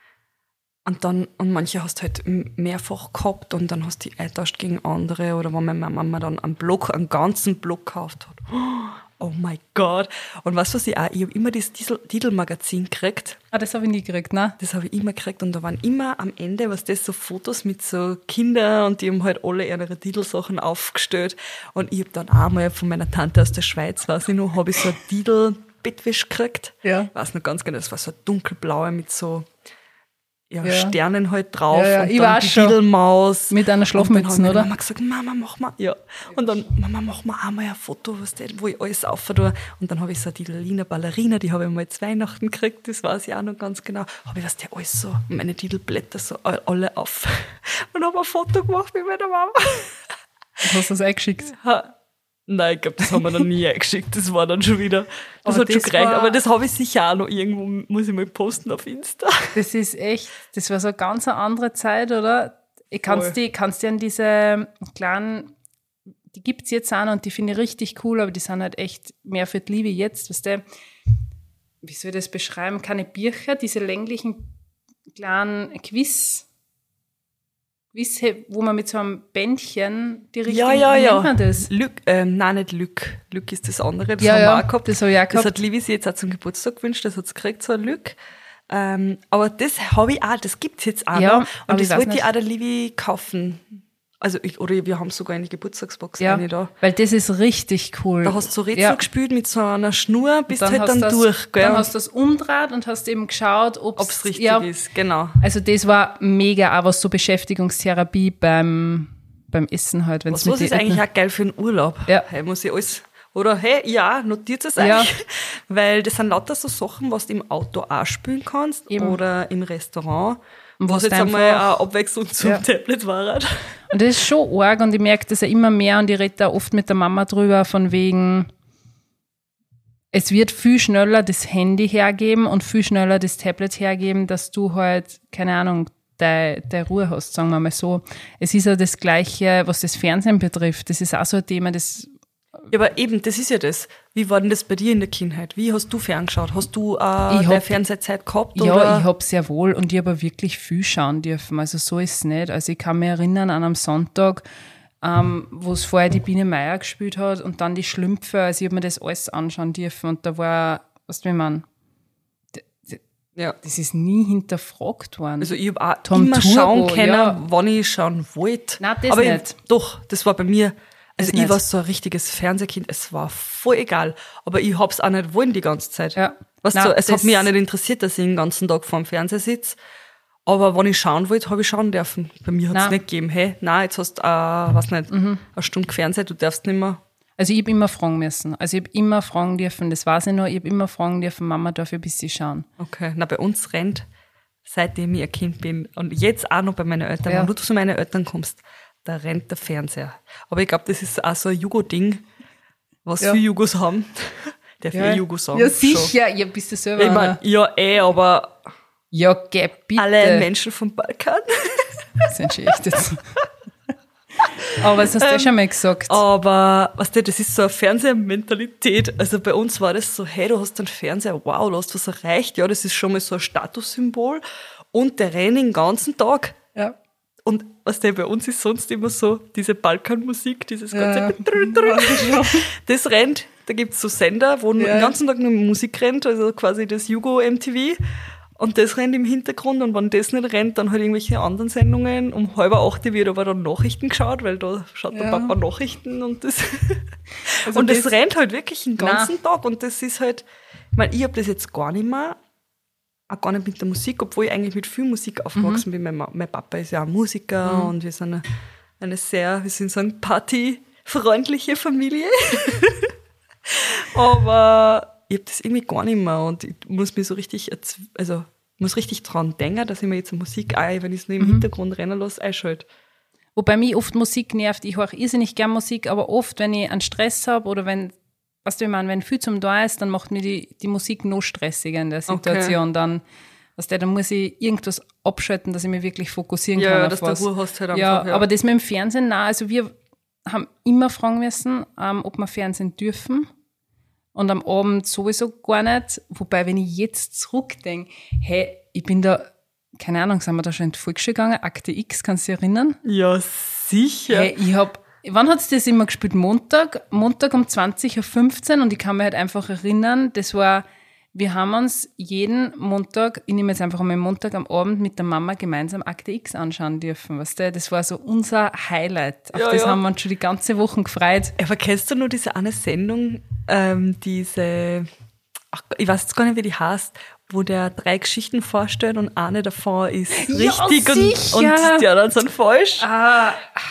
Und dann, und manche hast halt m- mehrfach gehabt und dann hast du die eingetauscht gegen andere oder wenn meine Mama dann einen Block, einen ganzen Block gekauft hat. Oh mein Gott. Und weißt du, was ich auch, ich habe immer das Titel- Titelmagazin gekriegt. Ah, das habe ich nie gekriegt, ne? Das habe ich immer gekriegt und da waren immer am Ende, was das so Fotos mit so Kindern und die haben halt alle ihre Titelsachen aufgestellt und ich habe dann auch mal von meiner Tante aus der Schweiz, weiß ich noch, habe ich so ein Titel-Bettwäsche gekriegt. Ja. Ich weiß noch ganz genau, das war so ein dunkelblaue mit so ja, Ja. Sternen halt drauf Ja, ja, und ich dann weiß die schon. Titelmaus. Mit einer Schlafmütze, und dann oder? habe ich Mama gesagt, Mama, mach mal, ja. Und dann, Mama, mach mal einmal ein Foto, was der, wo ich alles auftue. Und dann habe ich so die Lina Ballerina, die habe ich mal zu Weihnachten gekriegt, das weiß ich auch noch ganz genau. Habe ich was der alles so, meine Titelblätter so alle auf. Und habe ein Foto gemacht mit meiner Mama. Und hast du das eingeschickt? Ha. Nein, ich glaube, das haben wir dann nie eingeschickt. Das war dann schon wieder, das Aber hat schon das gereicht. war- Aber das habe ich sicher auch noch irgendwo, muss ich mal posten auf Insta. Das ist echt, das war so eine ganz andere Zeit, oder? Ich kann's Voll. die, kannst dir an diese kleinen, die gibt's jetzt auch noch und die finde ich richtig cool, aber die sind halt echt mehr für die Liebe jetzt, weißt du? Wie soll ich das beschreiben? Keine Bücher, diese länglichen kleinen Quiz, Quiz, wo man mit so einem Bändchen die richtigen, Ja, ja, wie ja. nennt man das? Lück, ähm, nein, nicht Lück. Lück ist das andere. Das Ja, haben ja, wir auch gehabt. das habe ich auch Das gehabt. hat Livi sich jetzt auch zum Geburtstag gewünscht. Das hat sie gekriegt, so ein Lück. Ähm, aber das habe ich auch, das gibt's jetzt auch Ja, noch. aber Und ich das weiß wollte ich nicht. auch der Livi kaufen. Also ich, oder wir haben sogar eine Geburtstagsbox Ja, eine da. weil das ist richtig cool. Da hast du so Rätsel Ja. gespielt mit so einer Schnur, bist halt hast dann das, durch. Gell? Dann hast du das umdraht und hast eben geschaut, Ob es richtig ja, ist, genau. Also das war mega, auch was so Beschäftigungstherapie beim, beim Essen halt. Was ist eigentlich auch geil für einen Urlaub? Ja. Hey, muss ich alles... Oder hey, ja, notiert es eigentlich. Ja. Weil das sind lauter so Sachen, was du im Auto auch spielen kannst. Eben. Oder im Restaurant. Und was jetzt einmal eine Abwechslung zum ja. Tablet war. Und das ist schon arg und ich merke das ja immer mehr und ich rede da oft mit der Mama drüber, von wegen, es wird viel schneller das Handy hergeben und viel schneller das Tablet hergeben, dass du halt, keine Ahnung, deine de Ruhe hast, sagen wir mal so. Es ist ja das Gleiche, was das Fernsehen betrifft. Das ist auch so ein Thema, das... Ja, aber eben, das ist ja das. Wie war denn das bei dir in der Kindheit? Wie hast du ferngeschaut? Hast du äh, deine Fernsehzeit gehabt? Ja, oder? ich habe sehr wohl und ich habe wirklich viel schauen dürfen. Also so ist es nicht. Also ich kann mich erinnern an einem Sonntag, ähm, wo es vorher die Biene Meier gespielt hat und dann die Schlümpfe. Also ich habe mir das alles anschauen dürfen und da war, was will man, ja. Das ist nie hinterfragt worden. Also ich habe auch Tom immer Turbo, schauen können, ja. wann ich schauen wollte. Nein, das aber nicht. Ich, doch, das war bei mir... Also ich war so ein richtiges Fernsehkind, es war voll egal. Aber ich hab's auch nicht wollen die ganze Zeit. Ja. Weißt Nein, du, es hat mich auch nicht interessiert, dass ich den ganzen Tag vor dem Fernseher sitze. Aber wenn ich schauen wollte, habe ich schauen dürfen. Bei mir hat's nicht gegeben, hey, nein, jetzt hast du, äh, was nicht, mhm. eine Stunde Fernsehen, du darfst nicht mehr. Also ich habe immer fragen müssen. Also ich habe immer fragen dürfen, das weiß ich noch, ich habe immer fragen dürfen, Mama, darf ich ein bisschen schauen? Okay, na bei uns rennt, seitdem ich ein Kind bin und jetzt auch noch bei meinen Eltern, ja. wenn du zu meinen Eltern kommst, da rennt der Fernseher. Aber ich glaube, das ist auch so ein Jugo-Ding, was ja. viele Jugos haben. Darf ja. ich Jugo sagen? Ja, sicher. Ja, bist du selber. Ich mein, ja, eh, aber ja, geh bitte. Alle Menschen vom Balkan. Das sind schon echt jetzt. Aber das hast du ähm, schon mal gesagt. Aber, weißt du, das ist so eine Fernsehmentalität. Also bei uns war das so, hey, du hast einen Fernseher, wow, du hast was erreicht. Ja, das ist schon mal so ein Statussymbol. Und der rennt den ganzen Tag. Ja. Und was der bei uns ist sonst immer so, diese Balkanmusik, dieses ganze ja. das rennt, da gibt's so Sender, wo ja. den ganzen Tag nur Musik rennt, also quasi das Jugo-M T V und das rennt im Hintergrund und wenn das nicht rennt, dann halt irgendwelche anderen Sendungen. Um halb acht wird aber dann Nachrichten geschaut, weil da schaut ja. der Papa Nachrichten und das also und das, das rennt halt wirklich den ganzen nein. Tag und das ist halt, ich meine, ich habe das jetzt gar nicht mehr, auch gar nicht mit der Musik, obwohl ich eigentlich mit viel Musik aufgewachsen mhm. bin. Mein, mein Papa ist ja auch Musiker mhm. und wir sind eine, eine sehr, wir sind so eine partyfreundliche Familie. Aber ich habe das irgendwie gar nicht mehr und ich muss mir so richtig, also muss richtig dran denken, dass ich mir jetzt Musik, auch wenn ich es nur im mhm. Hintergrund rennen lasse, einschalte. Wobei mich oft Musik nervt. Ich höre irrsinnig gern Musik, aber oft, wenn ich einen Stress habe oder wenn weißt du, ich meine, wenn viel zum da ist, dann macht mir die, die Musik noch stressiger in der Situation. Okay. Dann, weißt du, dann muss ich irgendwas abschalten, dass ich mich wirklich fokussieren ja, kann ja, auf dass was. Du Ruhe hast halt einfach, ja, ja, aber das mit dem Fernsehen, nein, also wir haben immer fragen müssen, ähm, ob wir Fernsehen dürfen. Und am Abend sowieso gar nicht. Wobei, wenn ich jetzt zurückdenke, hey, ich bin da, keine Ahnung, sind wir da schon in die Volksschule gegangen? Akte X, kannst du dich erinnern? Ja, sicher. Hey, ich hab Wann hat es das immer gespielt? Montag, Montag um zwanzig Uhr fünfzehn und ich kann mich halt einfach erinnern, das war, wir haben uns jeden Montag, ich nehme jetzt einfach einmal Montag am Abend mit der Mama gemeinsam Akte X anschauen dürfen, weißt du? Das war so unser Highlight. Auf ja, das ja. haben wir uns schon die ganze Woche gefreut. Aber kennst du nur diese eine Sendung, ähm, diese, ach, ich weiß jetzt gar nicht, wie die heißt, wo der drei Geschichten vorstellt und eine davon ist richtig ja, und, und die anderen sind falsch? Ah,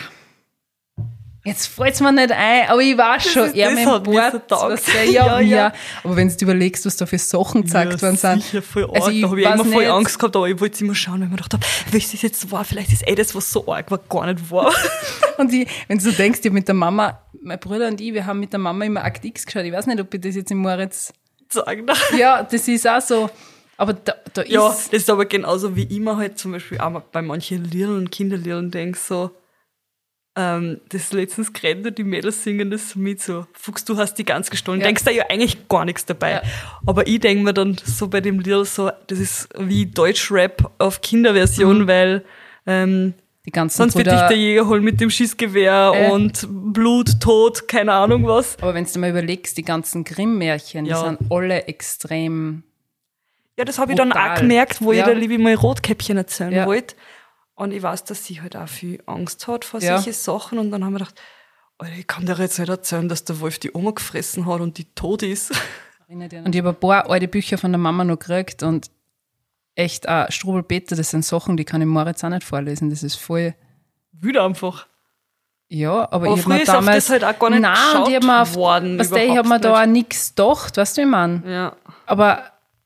jetzt fällt's mir nicht ein, aber ich weiß schon, er mit dem Bord, was der, ja, ja, ja. Aber wenn du überlegst, was da für Sachen gezeigt worden ja, sind. Sicher, voll arg. Also da habe ich immer voll Angst gehabt, aber ich wollte es immer schauen, weil ich mir gedacht habe, welches das jetzt war, vielleicht ist eh das, was so arg war, gar nicht wahr. Und ich, wenn du denkst, ich habe mit der Mama, mein Bruder und ich, wir haben mit der Mama immer Akt X geschaut. Ich weiß nicht, ob ich das jetzt im Moritz sagen darf. Ja, das ist auch so. Aber da, da ist... Ja, das ist aber genauso wie ich mir halt zum Beispiel auch bei manchen Liedern und Kinderliedern denke, so, Ähm, das letztens geredet und die Mädels singen das mit so, Fuchs, du hast die ganz gestohlen. Ja. Denkst da ja eigentlich gar nichts dabei. Ja. Aber ich denke mir dann so bei dem Lied so, das ist wie Deutschrap auf Kinderversion, mhm. weil ähm, die ganzen sonst wird dich der Jäger holen mit dem Schießgewehr äh. und Blut, Tod, keine Ahnung was. Aber wenn du mal überlegst, die ganzen Grimm-Märchen, ja. die sind alle extrem Ja, das habe ich dann auch gemerkt, wo ja. ich der Liebe mal Rotkäppchen erzählen ja. wollte. Und ich weiß, dass sie halt auch viel Angst hat vor ja. solchen Sachen. Und dann haben wir gedacht, Alter, ich kann dir jetzt nicht erzählen, dass der Wolf die Oma gefressen hat und die tot ist. Und ich habe ein paar alte Bücher von der Mama noch gekriegt und echt auch Strubel Peter, das sind Sachen, die kann ich Moritz auch nicht vorlesen. Das ist voll... Wüde einfach. Ja, aber, aber ich habe mir früher ist auf damals... das halt auch gar nicht nein, und ich hab mir auf, worden. weißt du, ich habe mir da auch nichts gedacht, weißt du, wie ich meine? Ja. Aber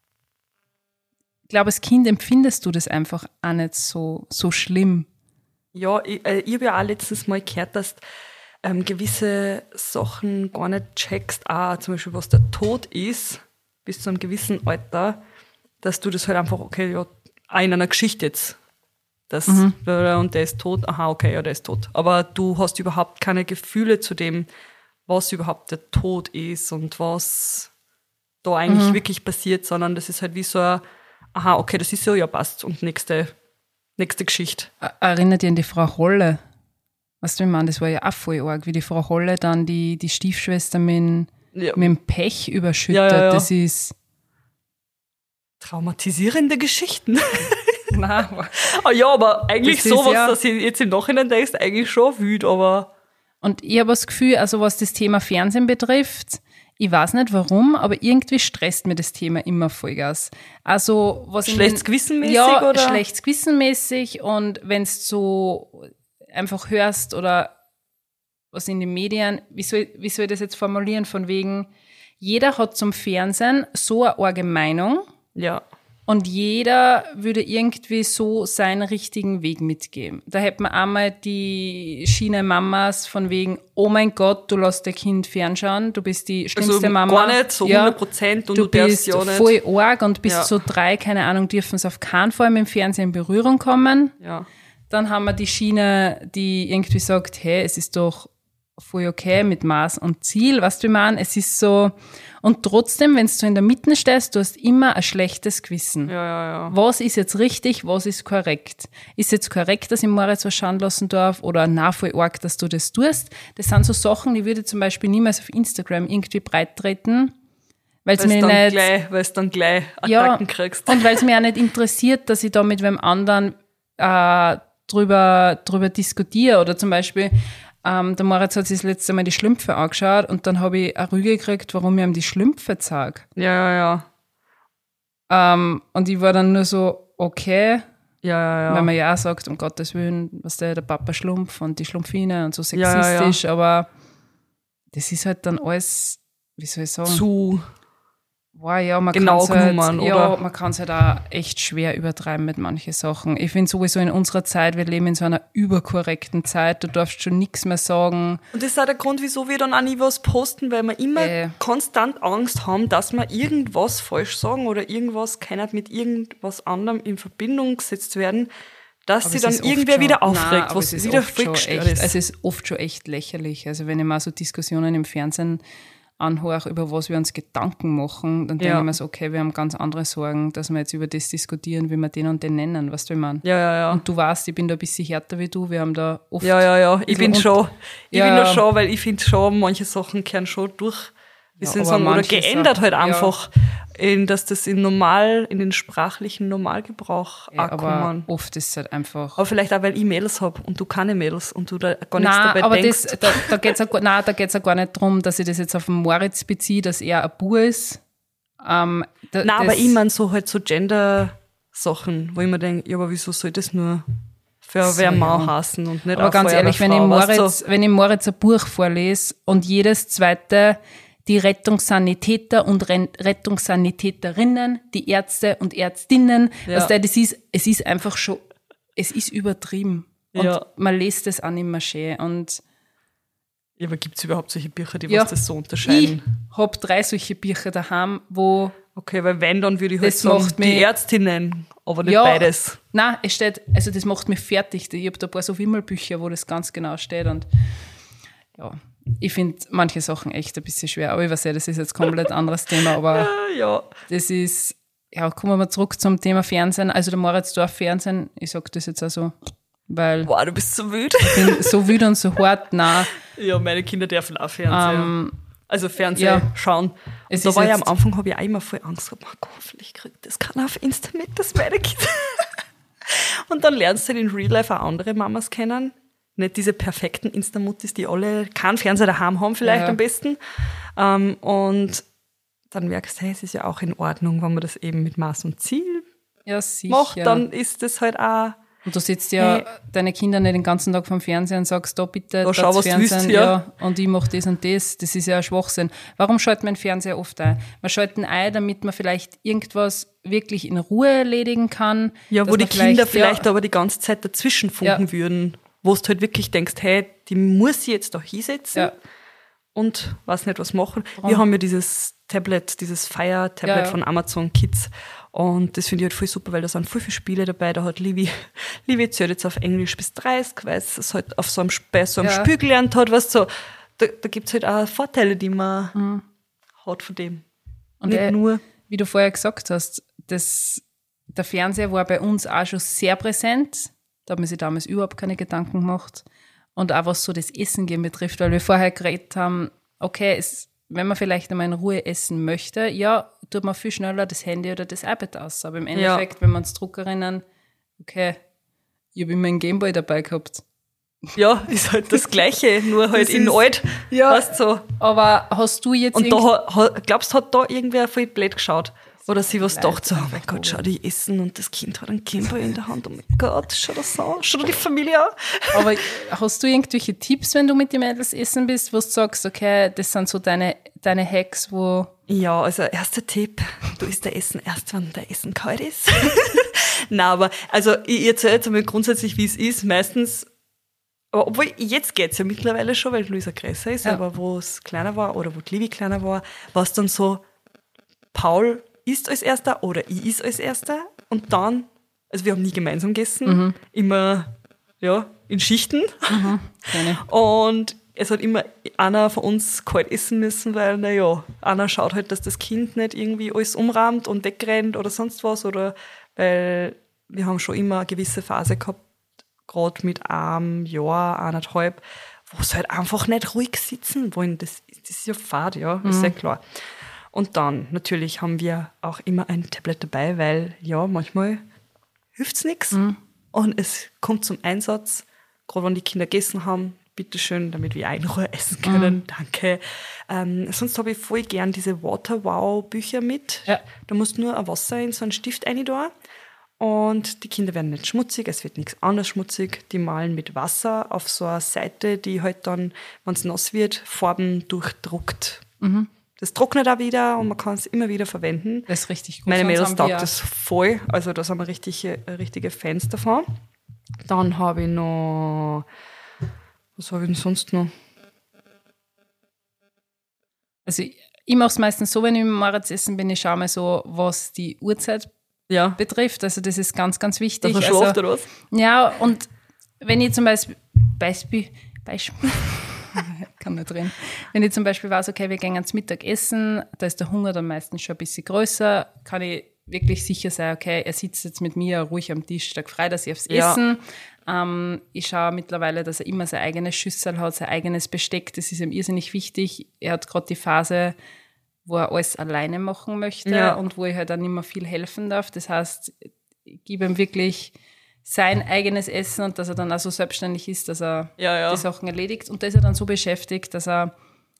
ich glaube, als Kind empfindest du das einfach auch nicht so, so schlimm. Ja, ich, äh, ich habe ja auch letztes Mal gehört, dass ähm, gewisse Sachen gar nicht checkst, auch zum Beispiel, was der Tod ist, bis zu einem gewissen Alter, dass du das halt einfach, okay, ja, auch in einer Geschichte jetzt, das, mhm. und der ist tot, aha, okay, ja, der ist tot. Aber du hast überhaupt keine Gefühle zu dem, was überhaupt der Tod ist und was da eigentlich mhm. wirklich passiert, sondern das ist halt wie so ein, aha, okay, das ist so, ja, passt, und nächste, nächste Geschichte. Erinnert dich an die Frau Holle? Weißt du, ich meine, das war ja auch voll arg, wie die Frau Holle dann die, die Stiefschwester mit, ja. mit dem Pech überschüttet. Ja, ja, ja. Das ist traumatisierende Geschichten. Nein. Ah, ja, aber eigentlich das sowas, ist, ja. dass ich jetzt im Nachhinein denkst, eigentlich schon wütend, aber... Und ich habe das Gefühl, also was das Thema Fernsehen betrifft, ich weiß nicht warum, aber irgendwie stresst mir das Thema immer Vollgas. Also, was Schlechtes Gewissenmäßig, ja, oder? Schlechtes Gewissenmäßig, und wenn du so einfach hörst oder was in den Medien, wie soll, wie soll ich das jetzt formulieren, von wegen, jeder hat zum Fernsehen so eine arge Meinung. Ja. Und jeder würde irgendwie so seinen richtigen Weg mitgeben. Da hätte man einmal die Schiene-Mamas von wegen, oh mein Gott, du lässt dein Kind fernschauen, du bist die schlimmste also Mama. Gar nicht, so hundert Prozent. Und du, du darfst bist ja nicht. voll arg und bis ja. zu drei, keine Ahnung, dürfen es auf keinen Fall mit dem Fernsehen in Berührung kommen. Ja. Dann haben wir die Schiene, die irgendwie sagt, hey, es ist doch voll okay mit Maß und Ziel, weißt du, wie ich meine? Es ist so, und trotzdem, wenn du in der Mitte stehst, du hast immer ein schlechtes Gewissen. Ja, ja, ja. Was ist jetzt richtig, was ist korrekt? Ist jetzt korrekt, dass ich Moritz was schauen lassen darf, oder na, voll arg, dass du das tust? Das sind so Sachen, die würde ich zum Beispiel niemals auf Instagram irgendwie breit treten, weil es mir nicht, gleich, weil es dann gleich Attacken ja, kriegst. Und weil es mir auch nicht interessiert, dass ich da mit wem anderen äh, drüber, drüber diskutiere, oder zum Beispiel, Ähm, der Moritz hat sich das letzte Mal die Schlümpfe angeschaut und dann habe ich eine Rüge gekriegt, warum ich ihm die Schlümpfe zeige. Ja, ja, ja. Ähm, und ich war dann nur so, okay. Ja, ja, ja. Weil man ja auch sagt, um Gottes Willen, was der, der Papa Schlumpf und die Schlumpfine und so sexistisch, ja, ja, ja. Aber das ist halt dann alles, wie soll ich sagen? Zu wow, ja, man genau kann's halt, genommen, ja, oder? man kann es halt auch echt schwer übertreiben mit manchen Sachen. Ich finde sowieso in unserer Zeit, wir leben in so einer überkorrekten Zeit, du darfst schon nichts mehr sagen. Und das ist auch der Grund, wieso wir dann auch nie was posten, weil wir immer äh. konstant Angst haben, dass wir irgendwas falsch sagen oder irgendwas kann mit irgendwas anderem in Verbindung gesetzt werden, dass aber sie dann irgendwer schon, wieder aufregt, nein, was wieder voll gestört ist. Es ist oft schon echt lächerlich. Also wenn ich mal so Diskussionen im Fernsehen anhöre, über was wir uns Gedanken machen, dann denke ja. ich mir so, okay, wir haben ganz andere Sorgen, dass wir jetzt über das diskutieren, wie wir den und den nennen, weißt du, wie ich meine? Ja, ja, ja. Und du weißt, ich bin da ein bisschen härter wie du, wir haben da oft... Ja, ja, ja, ich bin schon, ich ja, bin da schon, weil ich finde schon, manche Sachen kehren schon durch, wie ja, soll ich sagen, oder geändert Sachen, halt einfach, ja. in, dass das in normal, in den sprachlichen Normalgebrauch ja, auch kommen. Aber oft ist es halt einfach... Aber vielleicht auch, weil ich Mädels habe und du keine Mädels und du da gar nichts nein, dabei aber denkst. Das, da, da geht's auch, nein, da geht es auch gar nicht darum, dass ich das jetzt auf den Moritz beziehe, dass er ein Bub ist. Ähm, da, nein, aber ich meine so halt so Gender-Sachen, wo ich mir denke, ja, aber wieso soll das nur für so, wer Mann ja. heißen und nicht aber auch ganz ehrlich, wenn ich, Moritz, wenn ich Moritz ein Buch vorlese und jedes zweite die Rettungssanitäter und Rettungssanitäterinnen, die Ärzte und Ärztinnen, ja. also das ist, es ist einfach schon, es ist übertrieben. Und ja. man liest das auch nicht mehr schön. Und ja, aber gibt es überhaupt solche Bücher, die ja, was das so unterscheiden? Ich habe drei solche Bücher daheim, wo... Okay, weil wenn, dann würde ich halt sagen, die Ärztinnen, aber nicht ja, beides. Nein, es steht, also das macht mich fertig. Ich habe da ein paar so Wimmelbücher, wo das ganz genau steht und ja... Ich finde manche Sachen echt ein bisschen schwer, aber ich weiß ja, das ist jetzt komplett anderes Thema, aber ja. das ist, ja, kommen wir mal zurück zum Thema Fernsehen, also der Moritz darf Fernsehen, ich sage das jetzt auch so, weil... Boah, du bist so wütend. Ich bin so wütend und so hart, nein. Ja, meine Kinder dürfen auch Fernsehen, ähm, also Fernsehen ja. schauen. Es und da war ja am jetzt, Anfang, habe ich auch immer voll Angst gehabt, oh, hoffentlich kriegt das keiner auf Insta mit, das meine Kinder. Und dann lernst du halt in Real Life auch andere Mamas kennen, nicht diese perfekten Insta-Muttis, die alle keinen Fernseher daheim haben, vielleicht ja. am besten. Ähm, und dann merkst du, hey, es ist ja auch in Ordnung, wenn man das eben mit Maß und Ziel ja, sicher. macht, dann ist das halt auch Und du sitzt ja Hey. deine Kinder nicht den ganzen Tag vom Fernseher und sagst, da bitte, Da da schau, was du Fernsehen, willst, ja. und ich mache das und das. Das ist ja ein Schwachsinn. Warum schaltet man den Fernseher oft ein? Man schaltet ihn ein, damit man vielleicht irgendwas wirklich in Ruhe erledigen kann. Ja, dass wo die man Kinder vielleicht ja, aber die ganze Zeit dazwischen funken Ja. würden, wo du halt wirklich denkst, hey, die muss ich jetzt da hinsetzen Ja. und weiß nicht, was machen. Wir haben ja dieses Tablet, dieses Fire-Tablet Ja, ja. von Amazon Kids und das finde ich halt voll super, weil da sind voll viele Spiele dabei. Da hat Livi, Livi erzählt jetzt auf Englisch bis dreißig, weil es halt auf so einem, bei so einem Ja. Spiel gelernt hat, weißt du, so, da, da gibt es halt auch Vorteile, die man Mhm. hat von dem. Und Nicht äh, nur. wie du vorher gesagt hast, das, der Fernseher war bei uns auch schon sehr präsent. Da hat man sich damals überhaupt keine Gedanken gemacht. Und auch was so das Essen gehen betrifft, weil wir vorher geredet haben, okay, es, wenn man vielleicht einmal in Ruhe essen möchte, ja, tut man viel schneller das Handy oder das iPad aus. Aber im Endeffekt, wenn wir uns zurückerinnern, okay, ich habe immer einen Gameboy dabei gehabt. Ja, ist halt das Gleiche, nur halt Das in ist- alt. Ja. Weißt du, so. Aber hast du jetzt Und da, irgend- ha- ha- glaubst du, hat da irgendwer voll blöd geschaut? Oder sie was Leid gedacht, so, oh einfach mein Gott, oben. schau die essen und das Kind hat einen Gameboy in der Hand. Oh mein Gott, schau das an, schau dir die Familie an. Aber hast du irgendwelche Tipps, wenn du mit den Mädels essen bist, wo du sagst, okay, das sind so deine, deine Hacks, wo... Ja, also erster Tipp, du isst der Essen erst, wenn der Essen kalt ist. Nein, aber also ich erzähle jetzt einmal grundsätzlich, wie es ist. Meistens, aber obwohl jetzt geht's ja mittlerweile schon, weil Luisa größer ist, Ja. aber wo es kleiner war oder wo die Livi kleiner war, war es dann so, Paul isst als Erster oder ich isst als Erster und dann, also wir haben nie gemeinsam gegessen, immer ja, in Schichten. Keine. Und es hat immer einer von uns kalt essen müssen, weil, naja, einer schaut halt, dass das Kind nicht irgendwie alles umrahmt und wegrennt oder sonst was. Oder weil wir haben schon immer eine gewisse Phase gehabt, gerade mit einem Jahr, eineinhalb, wo sie halt einfach nicht ruhig sitzen wollen. Das, das ist ja fad, ja, ist ja klar. Und dann, natürlich, haben wir auch immer ein Tablet dabei, weil, ja, manchmal hilft's nichts. Und es kommt zum Einsatz, gerade wenn die Kinder gegessen haben, bitteschön, damit wir auch in Ruhe essen können, danke. Ähm, sonst habe ich voll gern diese Water-Wow-Bücher mit. Ja. Da musst du nur ein Wasser in so einen Stift rein da. Und die Kinder werden nicht schmutzig, es wird nichts anderes schmutzig. Die malen mit Wasser auf so einer Seite, die halt dann, wenn es nass wird, Farben durchdruckt. Das trocknet auch wieder und man kann es immer wieder verwenden. Das ist richtig gut. Meine Sonst Mädels haben taugt wir- das voll. Also da sind wir richtige, richtige Fans davon. Dann habe ich noch... Was habe ich denn sonst noch? Also ich, ich mache es meistens so, wenn ich mit Moritz essen bin, ich schaue mal so, was die Uhrzeit Ja, betrifft. Also das ist ganz, ganz wichtig. dass er also, schlaft oder was? Ja, und wenn ich zum Beispiel, Beispiel, Beispiel, kann nicht reden. Wenn ich zum Beispiel weiß, okay, wir gehen ans Mittagessen, da ist der Hunger dann meistens schon ein bisschen größer, kann ich wirklich sicher sein, okay, er sitzt jetzt mit mir ruhig am Tisch, Tag frei, dass ich aufs Ja. Essen. Ähm, ich schaue mittlerweile, dass er immer seine eigene Schüssel hat, sein eigenes Besteck, das ist ihm irrsinnig wichtig. Er hat gerade die Phase, wo er alles alleine machen möchte Ja. und wo ich halt dann nicht mehr viel helfen darf. Das heißt, ich gebe ihm wirklich sein eigenes Essen und dass er dann auch so selbstständig ist, dass er Ja, ja. die Sachen erledigt. Und da ist er dann so beschäftigt, dass er,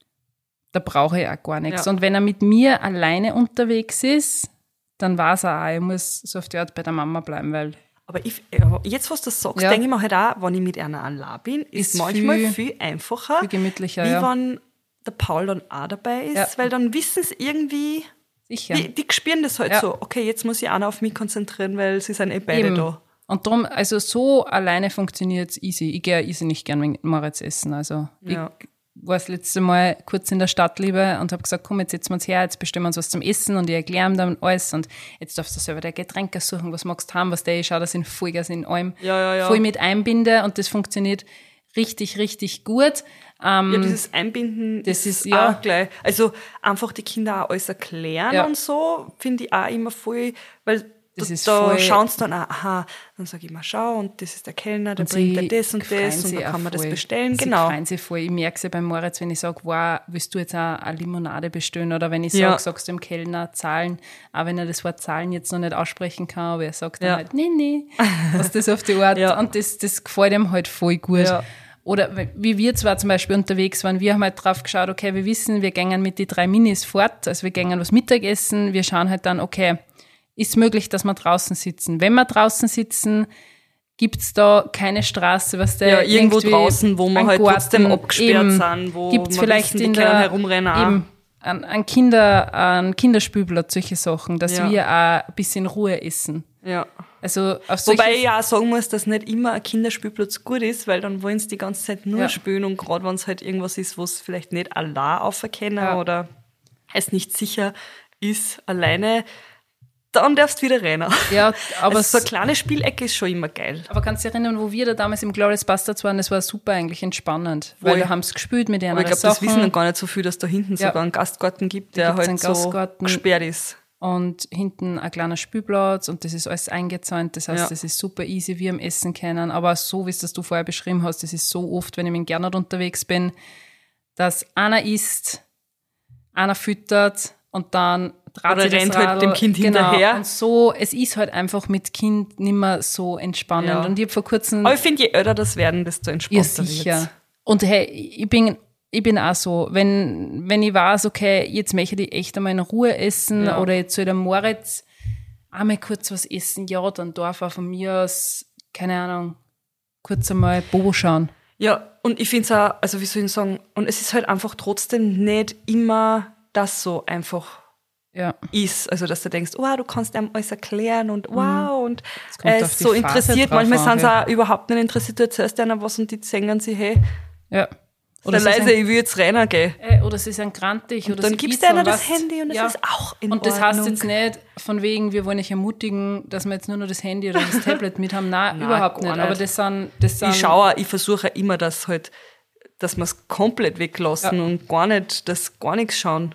da brauche ich auch gar nichts. Ja. Und wenn er mit mir alleine unterwegs ist, dann weiß er auch, ich muss so auf die Art bei der Mama bleiben, weil Aber ich, ja, jetzt, was du sagst, Ja. denke ich mir halt auch, wenn ich mit einer allein bin, ist, Ist manchmal viel- viel, einfacher, viel gemütlicher, wie ja. wenn der Paul dann auch dabei ist, Ja. weil dann wissen sie irgendwie, sicher. die, die spüren das halt Ja. so, okay, jetzt muss ich auch noch auf mich konzentrieren, weil sie sind eh beide Eben. da. Und darum, also so alleine funktioniert es easy. Ich gehe irrsinnig gern mit Moritz essen. Also Ja. ich war das letzte Mal kurz in der Stadt lieber und habe gesagt, komm, jetzt setzen wir uns her, jetzt bestimmen wir uns was zum Essen und ich erkläre ihm dann alles und jetzt darfst du selber der Getränke suchen, was magst du haben, was der, ich schaue, dass ich ihn Vollgas in allem Ja, ja, ja. voll mit einbinde und das funktioniert richtig, richtig gut. Ähm, Ja, dieses Einbinden Das ist, ist, ja. auch gleich. Also einfach die Kinder auch alles erklären Ja. und so, finde ich auch immer voll, weil Das da, ist da voll- schauen sie dann auch, aha, dann sage ich mal, schau, und das ist der Kellner, der Und bringt sie dir das und freuen das und sich dann auch kann man das voll. bestellen. Sie Genau. freuen sich voll. Ich merke es ja bei Moritz, wenn ich sage, wow, willst du jetzt auch eine Limonade bestellen? Oder wenn ich sage, Ja. sagst du dem Kellner zahlen, auch wenn er das Wort zahlen jetzt noch nicht aussprechen kann, aber er sagt dann Ja. halt, nee, nee, was das auf die Art. Ja. Und das, das gefällt ihm halt voll gut. Ja. Oder wie wir zwar zum Beispiel unterwegs waren, wir haben halt drauf geschaut, okay, wir wissen, wir gehen mit die drei Minis fort, also wir gehen was Mittagessen, wir schauen halt dann, okay, ist möglich, dass wir draußen sitzen. Wenn wir draußen sitzen, gibt's da keine Straße, was der Ja, irgendwo draußen, wo wir halt trotzdem abgesperrt eben, sind, wo gibt's wir vielleicht wissen, die in können der, herumrennen auch. eben, an, an Kinder, an Kinderspielplatz, solche Sachen, dass Ja. wir auch ein bisschen Ruhe essen. Ja. Also auf solche, Wobei ich ja auch sagen muss, dass nicht immer ein Kinderspielplatz gut ist, weil dann wollen sie die ganze Zeit nur Ja. spielen und gerade wenn es halt irgendwas ist, wo es vielleicht nicht allein auferkennen Ja. oder es nicht sicher ist, alleine, dann darfst du wieder rennen. ja, aber, Also so eine s- kleine Spielecke ist schon immer geil. aber kannst du dich erinnern, wo wir da damals im Glorious Bastards waren, das war super eigentlich entspannend, weil Voll. da haben sie gespielt mit ihren Aber ich glaube, Sachen. das wissen noch gar nicht so viel, dass da hinten Ja. sogar einen Gastgarten gibt, Da der gibt's halt einen so Gastgarten. gesperrt ist. Und hinten ein kleiner Spielplatz und das ist alles eingezäunt. Das heißt, Ja. das ist super easy, wir am Essen können. Aber so, wie es das du vorher beschrieben hast, das ist so oft, wenn ich mit dem Gernot unterwegs bin, dass einer isst, einer füttert und dann dreht Oder sich das rennt halt Radl. dem Kind genau. hinterher. Und so, es ist halt einfach mit Kind nicht mehr so entspannend. Ja. Und ich habe vor kurzem... Aber ich finde, je älter das werden, desto Ja, entspannter sicher. wird's. Und hey, ich bin, ich bin auch so, wenn, wenn ich weiß, okay, jetzt möchte ich echt einmal in Ruhe essen Ja. oder jetzt soll der Moritz einmal kurz was essen, ja, dann darf er von mir aus, keine Ahnung, kurz einmal Bobo schauen. Ja, und ich finde es auch, also wie soll ich sagen, und es ist halt einfach trotzdem nicht immer das so einfach Ja. ist. Also, dass du denkst, wow, du kannst einem alles erklären und wow, und kommt er auf ist die so Phase interessiert. drauf Manchmal an, sind sie ja. auch überhaupt nicht interessiert, du erzählst einer was und die singen sie, hey, Ja. oder sie leise, sind- ich will jetzt rennen gehen. äh, oder sie sind grantig oder Dann sie gibst du kitzeln, einer das weißt, Handy und das ja. ist auch in Und das Ordnung. heißt jetzt nicht von wegen, wir wollen euch ermutigen, dass wir jetzt nur noch das Handy oder das Tablet mit haben. Nein, Nein, überhaupt gar nicht. Aber nicht. das sind, das sind Ich schaue, ich versuche immer, dass halt, dass wir es komplett weglassen Ja. und gar nicht, dass gar nichts schauen.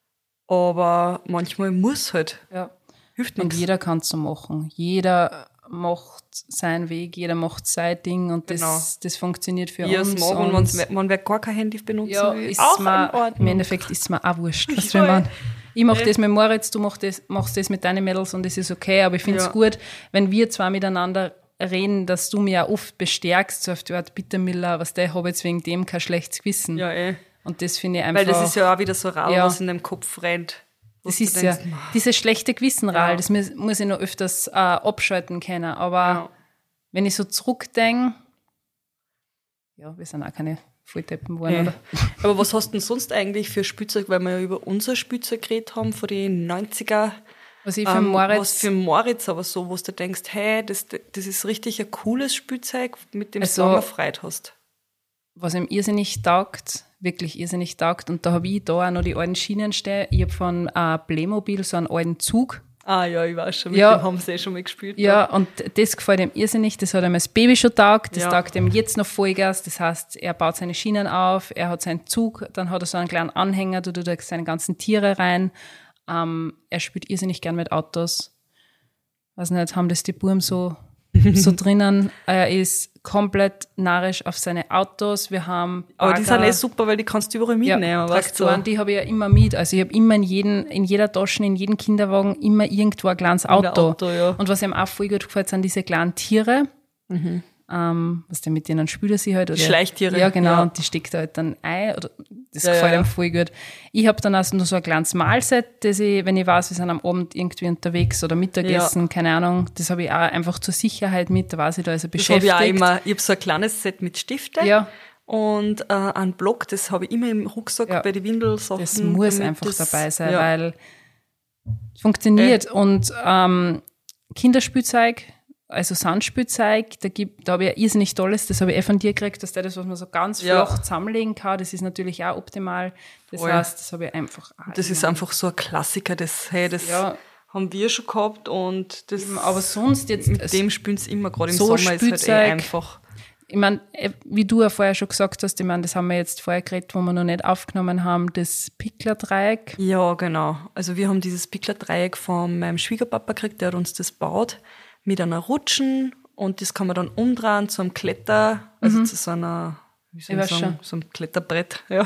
Aber manchmal muss halt, ja. hilft Und nichts. jeder kann es so machen. Jeder macht seinen Weg, jeder macht sein Ding und das, Genau. das funktioniert für Wie es uns. machen, und wenn's- wenn wer gar kein Handy benutzen ja, will, ist auch mir, in Ordnung. im Endeffekt ist es mir auch wurscht. Was Ich will man? weiß. Ich mache Ja. das mit Moritz, du machst das, machst das mit deinen Mädels und das ist okay, aber ich finde es Ja. gut, wenn wir zwar miteinander reden, dass du mich auch oft bestärkst, so auf die Art, bitte Miller, was der, ich habe jetzt wegen dem kein schlechtes Gewissen. Ja, eh. Und das finde ich einfach... Weil das ist ja auch wieder so Rau, Ja. was in deinem Kopf rennt. wo Das du ist denkst, ja dieses schlechte Gewissenral, Ja. das muss, muss ich noch öfters äh, abschalten können. Aber Ja. wenn ich so zurückdenke, ja, wir sind auch keine Volldeppen geworden, Ja. oder? Aber was hast du denn sonst eigentlich für Spielzeug, weil wir ja über unser Spielzeug geredet haben, von den neunziger? Was ich für Ähm, Moritz, Was für Moritz, aber so, wo du denkst, hey, das, das ist richtig ein cooles Spielzeug, mit dem Also- du lange Freude hast. was ihm irrsinnig taugt, wirklich irrsinnig taugt, und da habe ich da auch noch die alten Schienen stehen. Ich habe von äh, Playmobil so einen alten Zug. Ah ja, ich weiß schon, mit Ja. dem haben sie eh schon mal gespielt. Ja, und das gefällt ihm irrsinnig. Das hat ihm als Baby schon taugt. Das Ja. taugt ihm jetzt noch Vollgas. Das heißt, er baut seine Schienen auf, er hat seinen Zug, dann hat er so einen kleinen Anhänger, da tut er seine ganzen Tiere rein. Ähm, er spielt irrsinnig gern mit Autos. Weiß nicht, haben das die Buben so, so drinnen. Er ist komplett narrisch auf seine Autos. Wir haben Aber die sind Bagger. eh super, weil die kannst du überall mitnehmen. Ja, weißt du? Traktoren, die habe ich ja immer mit. Also ich habe immer in, jeden, in jeder Tasche, in jedem Kinderwagen immer irgendwo ein kleines Ein Auto. Auto, ja. Und was ihm auch voll gut gefällt, sind diese kleinen Tiere. Ähm, was denn mit denen spielt er sie halt? Oder? Schleichtiere, Ja, genau. ja. Und die steckt er halt dann ein. Oder, das Ja, gefällt ja, ihm ja. voll gut. Ich habe dann also nur so ein kleines Mahlset, das ich, wenn ich weiß, wir sind am Abend irgendwie unterwegs oder Mittagessen, keine Ahnung, das habe ich auch einfach zur Sicherheit mit. Da weiß ich, da ist er Das habe beschäftigt. ich auch immer. Ich habe so ein kleines Set mit Stiften Ja. und äh, einen Block, das habe ich immer im Rucksack Ja. bei den Windelsachen. Das muss damit einfach das- dabei sein, ja. weil es funktioniert. Und ähm, Kinderspielzeug, also Sandspielzeug, da, gibt, da habe ich ein irrsinnig tolles, das habe ich eh von dir gekriegt, dass der das, was man so ganz Ja. flach zusammenlegen kann, das ist natürlich auch optimal. Das Voll. heißt, das habe ich einfach auch Das ist immer. einfach so ein Klassiker, das, hey, das Ja. haben wir schon gehabt und das, Aber sonst jetzt, mit also, dem spielen sie immer, gerade im so Sommer ist halt eh Spielzeug. einfach. ich meine, wie du ja vorher schon gesagt hast, ich meine, das haben wir jetzt vorher geredet, wo wir noch nicht aufgenommen haben, das Pickler-Dreieck. Ja, genau. Also wir haben dieses Pickler-Dreieck von meinem Schwiegerpapa gekriegt, der hat uns das baut, mit einer Rutschen und das kann man dann umdrehen zu einem Kletter, also zu so einer, wie soll Ich ich weiß sagen, so einem Kletterbrett. Ja.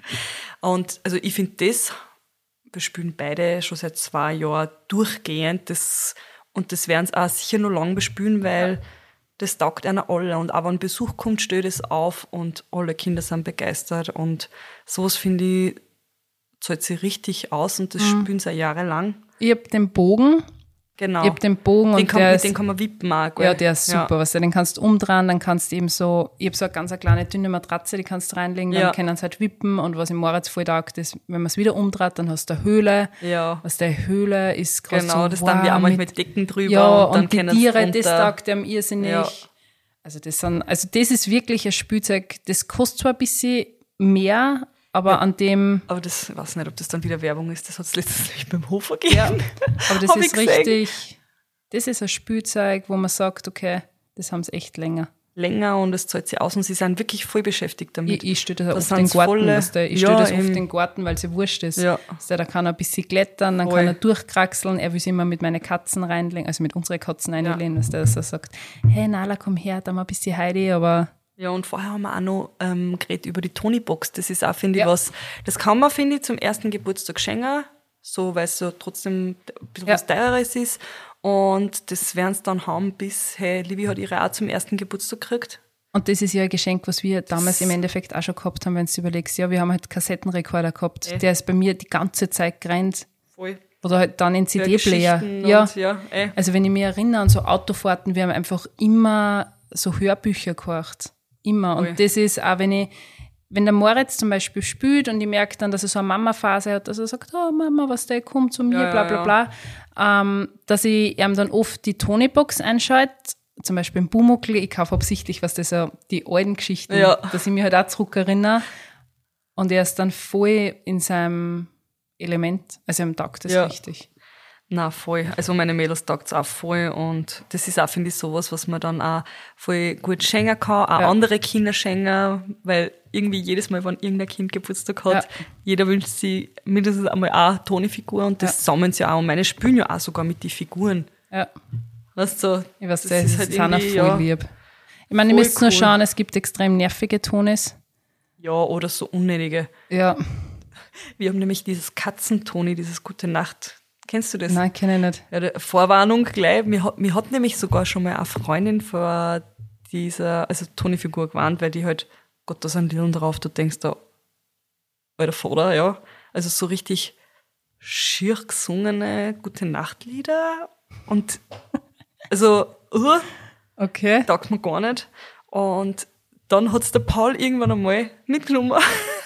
Und also ich finde das, wir spielen beide schon seit zwei Jahren durchgehend das, und das werden es auch sicher noch lange bespielen, weil das taugt einer alle und auch wenn Besuch kommt, stellt es auf und alle Kinder sind begeistert und sowas finde ich, zahlt sich richtig aus und das spielen sie auch jahrelang. Ich habe den Bogen, Genau. Ich hab den Bogen den und kann, der mit ist, dem kann man wippen auch, gell? ja, der ist super, Ja. weißt du, den kannst du umdrehen, dann kannst du eben so, ich hab so eine ganz eine kleine dünne Matratze, die kannst du reinlegen, dann Ja. können sie halt wippen und was im Moritz voll taugt ist, wenn man es wieder umdreht, dann hast du eine Höhle, Ja. was der Höhle ist gerade Genau, so das dann wir auch warm manchmal mit, mit Decken drüber ja, und dann und die können sie Tiere, das runter. taugt dem irrsinnig. Ja. Also das sind, also das ist wirklich ein Spielzeug, das kostet zwar ein bisschen mehr, aber an dem, Aber das, ich weiß nicht, ob das dann wieder Werbung ist, das hat es letztens nicht beim Hofer gegeben. ja, aber das Hab ich ist gesehen. richtig, das ist ein Spielzeug, wo man sagt, okay, das haben sie echt länger. Länger und es zahlt sich aus und sie sind wirklich voll beschäftigt damit. Ich, ich stelle das, Da oft sind in den sie Garten, volle- weißt du, ich Ja, stelle das oft eben. in den Garten, weil es ja wurscht ist. Ja. Weißt du, da kann er ein bisschen klettern, dann Voll. kann er durchkraxeln, er will sich immer mit meinen Katzen reinlegen, also mit unseren Katzen reinlegen, dass der dass er sagt, hey Nala, komm her, da mal ein bisschen Heidi, aber Ja, und vorher haben wir auch noch ähm, geredet über die Tony-Box. Das ist auch, finde ich, Ja. was, das kann man, finde ich, zum ersten Geburtstag schenken, so, weil es so trotzdem ein bisschen Ja. was Teureres ist. Und das werden sie dann haben, bis, hey, Livi hat ihre auch zum ersten Geburtstag gekriegt. und das ist ja ein Geschenk, was wir damals im Endeffekt auch schon gehabt haben, wenn du überlegst, ja, wir haben halt Kassettenrekorder gehabt, Eh. der ist bei mir die ganze Zeit gerannt, Voll. oder halt dann in C D-Player. Geschichten Ja, und, ja, eh. also wenn ich mich erinnere an so Autofahrten, wir haben einfach immer so Hörbücher gehört. Immer. Und Voll. das ist auch, wenn ich, wenn der Moritz zum Beispiel spielt und ich merke dann, dass er so eine Mama-Phase hat, dass er sagt, oh Mama, was der kommt zu mir, Ja, bla ja, bla bla, ähm, dass ich ihm dann oft die Tony-Box einschalte, zum Beispiel im Bumuckl, ich kaufe absichtlich, was das so, die alten Geschichten, Ja. dass ich mich halt auch zurückerinnere und er ist dann voll in seinem Element, also ihm taugt das Ja. richtig. Na voll. Also meine Mädels taugt es auch voll und das ist auch, finde ich, sowas, was man dann auch voll gut schenken kann, auch Ja. andere Kinder schenken, weil irgendwie jedes Mal, wenn irgendein Kind Geburtstag hat, Ja. jeder wünscht sich mindestens einmal eine Toni-Figur und das Ja. sammeln sie auch und meine spielen ja auch sogar mit den Figuren. Ja. Weißt du, Ich weiß, das das, ist ist halt halt voll irgendwie, ja, lieb. Ich meine, ihr voll müsst nur cool. schauen, es gibt extrem nervige Tonis. ja, oder so unnötige. Ja, Wir haben nämlich dieses Katzentoni, dieses Gute Nacht. Kennst du das? nein, kenne ich nicht. Ja, der Vorwarnung gleich. Mir hat, mir hat nämlich sogar schon mal eine Freundin vor dieser, also Toni-Figur gewarnt, weil die halt, Gott, da sind Liedern drauf, du denkst da, alter Vater, ja. Also so richtig schier gesungene Gute-Nacht-Lieder und also, uh, Okay. taugt mir gar nicht. Und dann hat's der Paul irgendwann einmal mitgenommen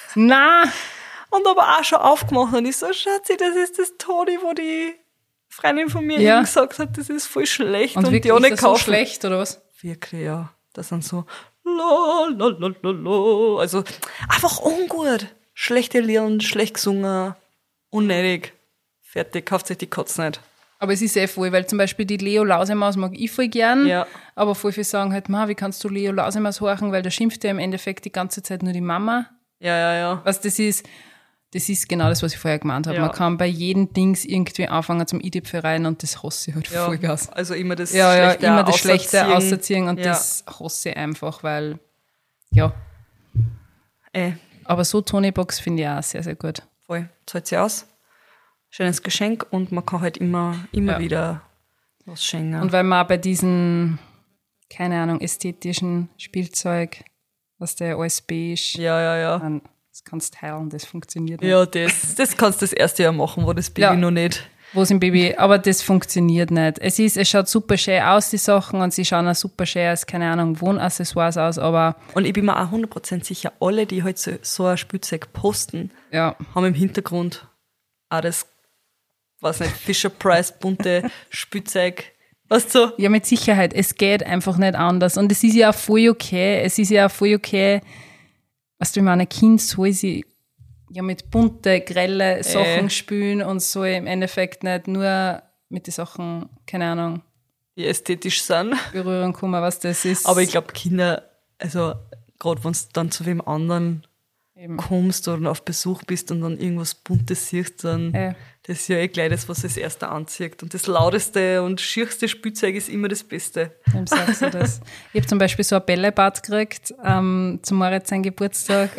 Na, und aber auch schon aufgemacht und ich so, Schatzi, das ist das Toni, wo die Freundin von mir Ja. eben gesagt hat, das ist voll schlecht und und, wirklich die auch nicht ist das so kaufen. schlecht, oder was? Wirklich, ja. Das sind so la, la, la, la, la. Also einfach ungut. Schlechte Lieder, schlecht gesungen, unnötig. Fertig, kauft euch die Katze nicht. Aber es ist eh voll, weil zum Beispiel die Leo Lausemaus mag ich voll gern, Ja. aber voll viele sagen halt, ma, wie kannst du Leo Lausemaus horchen, weil da schimpft ja im Endeffekt die ganze Zeit nur die Mama. Ja, ja, ja. Was das ist, das ist genau das, was ich vorher gemeint habe. Ja. Man kann bei jedem Dings irgendwie anfangen zum Idipfe rein und das hasse ich halt ja. voll gas. Also immer das Ja, ja, Schlechte immer das Schlechte auserziehen. auszuziehen und Ja. das hasse ich einfach, weil, ja. Ey, Aber so Tonybox finde ich auch sehr, sehr gut. voll. Zahlt sie aus. Schönes Geschenk und man kann halt immer, immer Ja. wieder was schenken. Und weil man auch bei diesen, keine Ahnung, ästhetischen Spielzeug, was der alles beige, ja, ja, ja. dann, das kannst du heilen, das funktioniert nicht. Ja, das, das kannst du das erste Jahr machen, wo das Baby Ja. noch nicht. Wo ist ein Baby? Aber das funktioniert nicht. Es ist, es schaut super schön aus, die Sachen, und sie schauen auch super schön als, keine Ahnung, Wohnaccessoires aus, aber Und ich bin mir auch hundert Prozent sicher, alle, die halt so, so ein Spielzeug posten, ja, haben im Hintergrund auch das, weiß nicht, Fisher-Price bunte Spielzeug. Weißt du? ja, mit Sicherheit. Es geht einfach nicht anders. Und es ist ja auch voll okay. Es ist ja auch voll okay, weißt du, ich meine, ein Kind soll sie ja mit bunte, grelle Sachen Äh. spielen und so im Endeffekt nicht nur mit den Sachen, keine Ahnung, Die ästhetisch sind. berühren kommen, was das ist. Aber ich glaube, Kinder, also gerade wenn du dann zu wem anderen Eben. kommst oder auf Besuch bist und dann irgendwas Buntes siehst, dann Ja. das ist ja eh gleich das, was das Erste anzieht. Und das lauteste und schierste Spielzeug ist immer das Beste. Wem sagst du das? Ich habe zum Beispiel so ein Bällebad gekriegt, ähm, zum Moritz sein Geburtstag.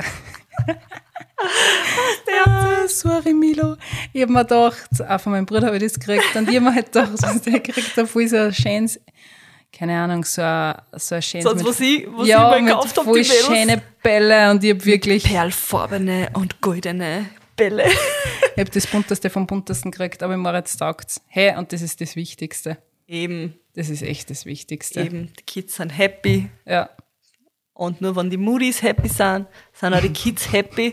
Ah, sorry, Milo. Ich hab mir gedacht, auch von meinem Bruder habe ich das gekriegt, und ich hab mir halt gedacht, was der kriegt, da voll so ein schönes, keine Ahnung, so ein, so ein schönes. Sonst, mit- was ich, was ja, ich mal mit gekauft habe, voll die Mädels. schöne Bälle, und ich hab wirklich, Perlfarbene und goldene Bälle. Ich habe das Bunteste vom Buntesten gekriegt, aber Moritz taugt's. Hey, und das ist das Wichtigste. Eben. Das ist echt das Wichtigste. Eben, die Kids sind happy. Ja. Und nur wenn die Moodies happy sind, sind auch die Kids happy.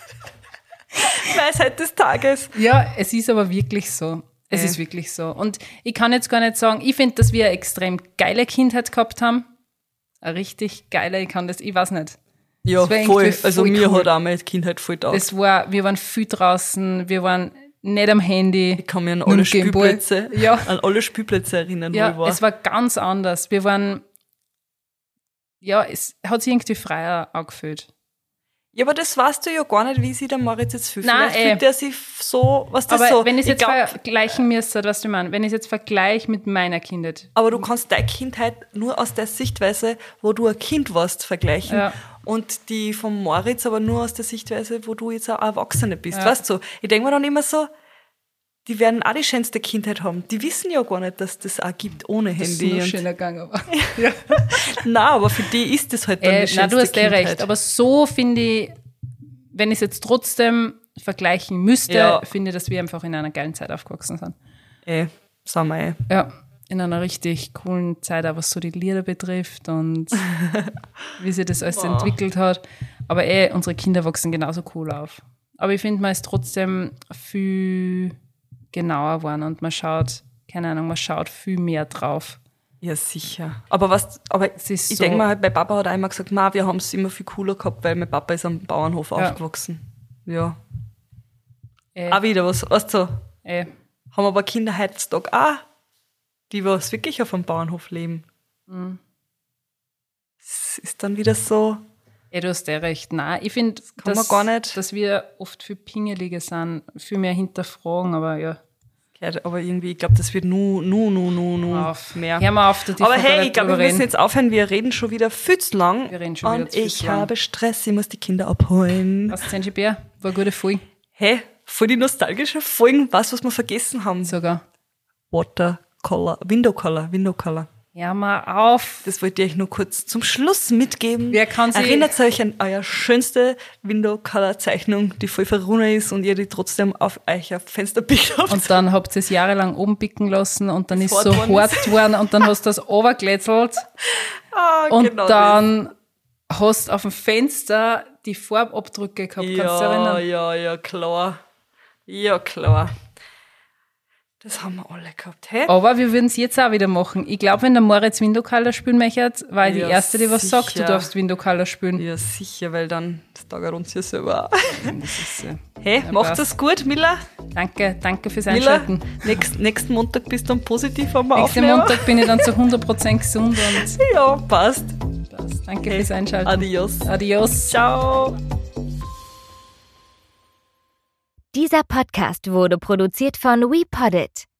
Weisheit des Tages. Ja, es ist aber wirklich so. Es Äh. ist wirklich so. Und ich kann jetzt gar nicht sagen, ich finde, dass wir eine extrem geile Kindheit gehabt haben. Eine richtig geile, ich kann das, ich weiß nicht. Ja, Das war voll. irgendwie Also voll mir cool. hat auch meine Kindheit voll taugt. Das war, wir waren viel draußen, wir waren nicht am Handy. Ich kann mich an mit alle dem Gameboy. Spielplätze, Ja. an alle Spielplätze erinnern, Ja, wo ich war. es war ganz anders. Wir waren, ja, es hat sich irgendwie freier angefühlt. Ja, aber das weißt du ja gar nicht, wie sich der Moritz jetzt fühlt. Nein, Vielleicht eh. fühlt er sich so, was das Aber so. wenn ich es jetzt glaub, vergleichen müsste, was du meinst, wenn ich es jetzt vergleiche mit meiner Kindheit. aber du kannst deine Kindheit nur aus der Sichtweise, wo du ein Kind warst, vergleichen. Ja. Und die von Moritz aber nur aus der Sichtweise, wo du jetzt auch Erwachsene bist. Ja. Weißt du, ich denke mir dann immer so, die werden auch die schönste Kindheit haben. Die wissen ja gar nicht, dass das auch gibt ohne Das ist Handy. noch und- schöner gegangen. Aber. Nein, aber für die ist das halt dann Äh, die nein, schönste du hast eh Kindheit. recht. Aber so finde ich, wenn ich es jetzt trotzdem vergleichen müsste, Ja. finde ich, dass wir einfach in einer geilen Zeit aufgewachsen sind. Eh, sagen wir eh. Ja, in einer richtig coolen Zeit, auch was so die Lieder betrifft und wie sich das alles Wow. entwickelt hat. Aber eh, unsere Kinder wachsen genauso cool auf. Aber ich finde, man ist trotzdem viel genauer geworden und man schaut, keine Ahnung, man schaut viel mehr drauf. Ja, sicher. Aber was, aber Es ist ich so- denke mal, halt, mein Papa hat auch immer gesagt, ma, wir haben es immer viel cooler gehabt, weil mein Papa ist am Bauernhof Ja. aufgewachsen. Ja. Eh, Auch wieder was, weißt du, eh. haben aber Kinder heutzutage auch, die was wirklich auf einem Bauernhof leben. Mhm. Es ist dann wieder so, Ja, du hast eh recht. Nein, ich finde, kann dass, man gar nicht. dass wir oft viel pingeliger sind, viel mehr hinterfragen, aber ja, ja, aber irgendwie, ich glaube, das wird nur, nur, nur, nur, nur auf. mehr. Hör mal auf, du Aber darfst hey, nicht ich glaube, wir drüber müssen reden. jetzt aufhören, wir reden schon wieder viel zu lang. Wir reden schon wieder und viel ich zu lang. habe Stress, ich muss die Kinder abholen. Was, Zenschibär? War eine gute Folge Hey, voll die nostalgische Folgen, was, was wir vergessen haben. sogar. Watercolor, Window Color, Window Color. Hör mal auf. Das wollte ich euch nur kurz zum Schluss mitgeben. Wer kann sich- Erinnert euch an eure schönste Window Color Zeichnung, die voll verrunner ist und ihr die trotzdem auf euer Fensterbild habt. Und dann habt ihr es jahrelang oben picken lassen und dann ist hart so worden hart geworden und dann hast du das runterglätzelt ah, und genau dann hast auf dem Fenster die Farbabdrücke gehabt. das. Kannst du dich Ja, erinnern? ja, ja, klar. Ja, klar. Das haben wir alle gehabt. Hä? Aber wir würden es jetzt auch wieder machen. Ich glaube, wenn der Moritz Window Color spielen möchte, war ich die Ja, Erste, die was sagt, du sicher. darfst Window Color spielen. Ja, sicher, weil dann das tagert uns ja selber auch. Das ist, äh, Hey, Ja, macht passt. das gut, Miller? danke, danke fürs Miller, Einschalten. nächst, nächsten Montag bist du dann positiv am Nächsten Aufnehmen. Montag bin ich dann zu hundert Prozent gesund und Ja, passt. passt. Danke Hey, fürs Einschalten. Adios. Adios. Ciao. Dieser Podcast wurde produziert von WePoddit.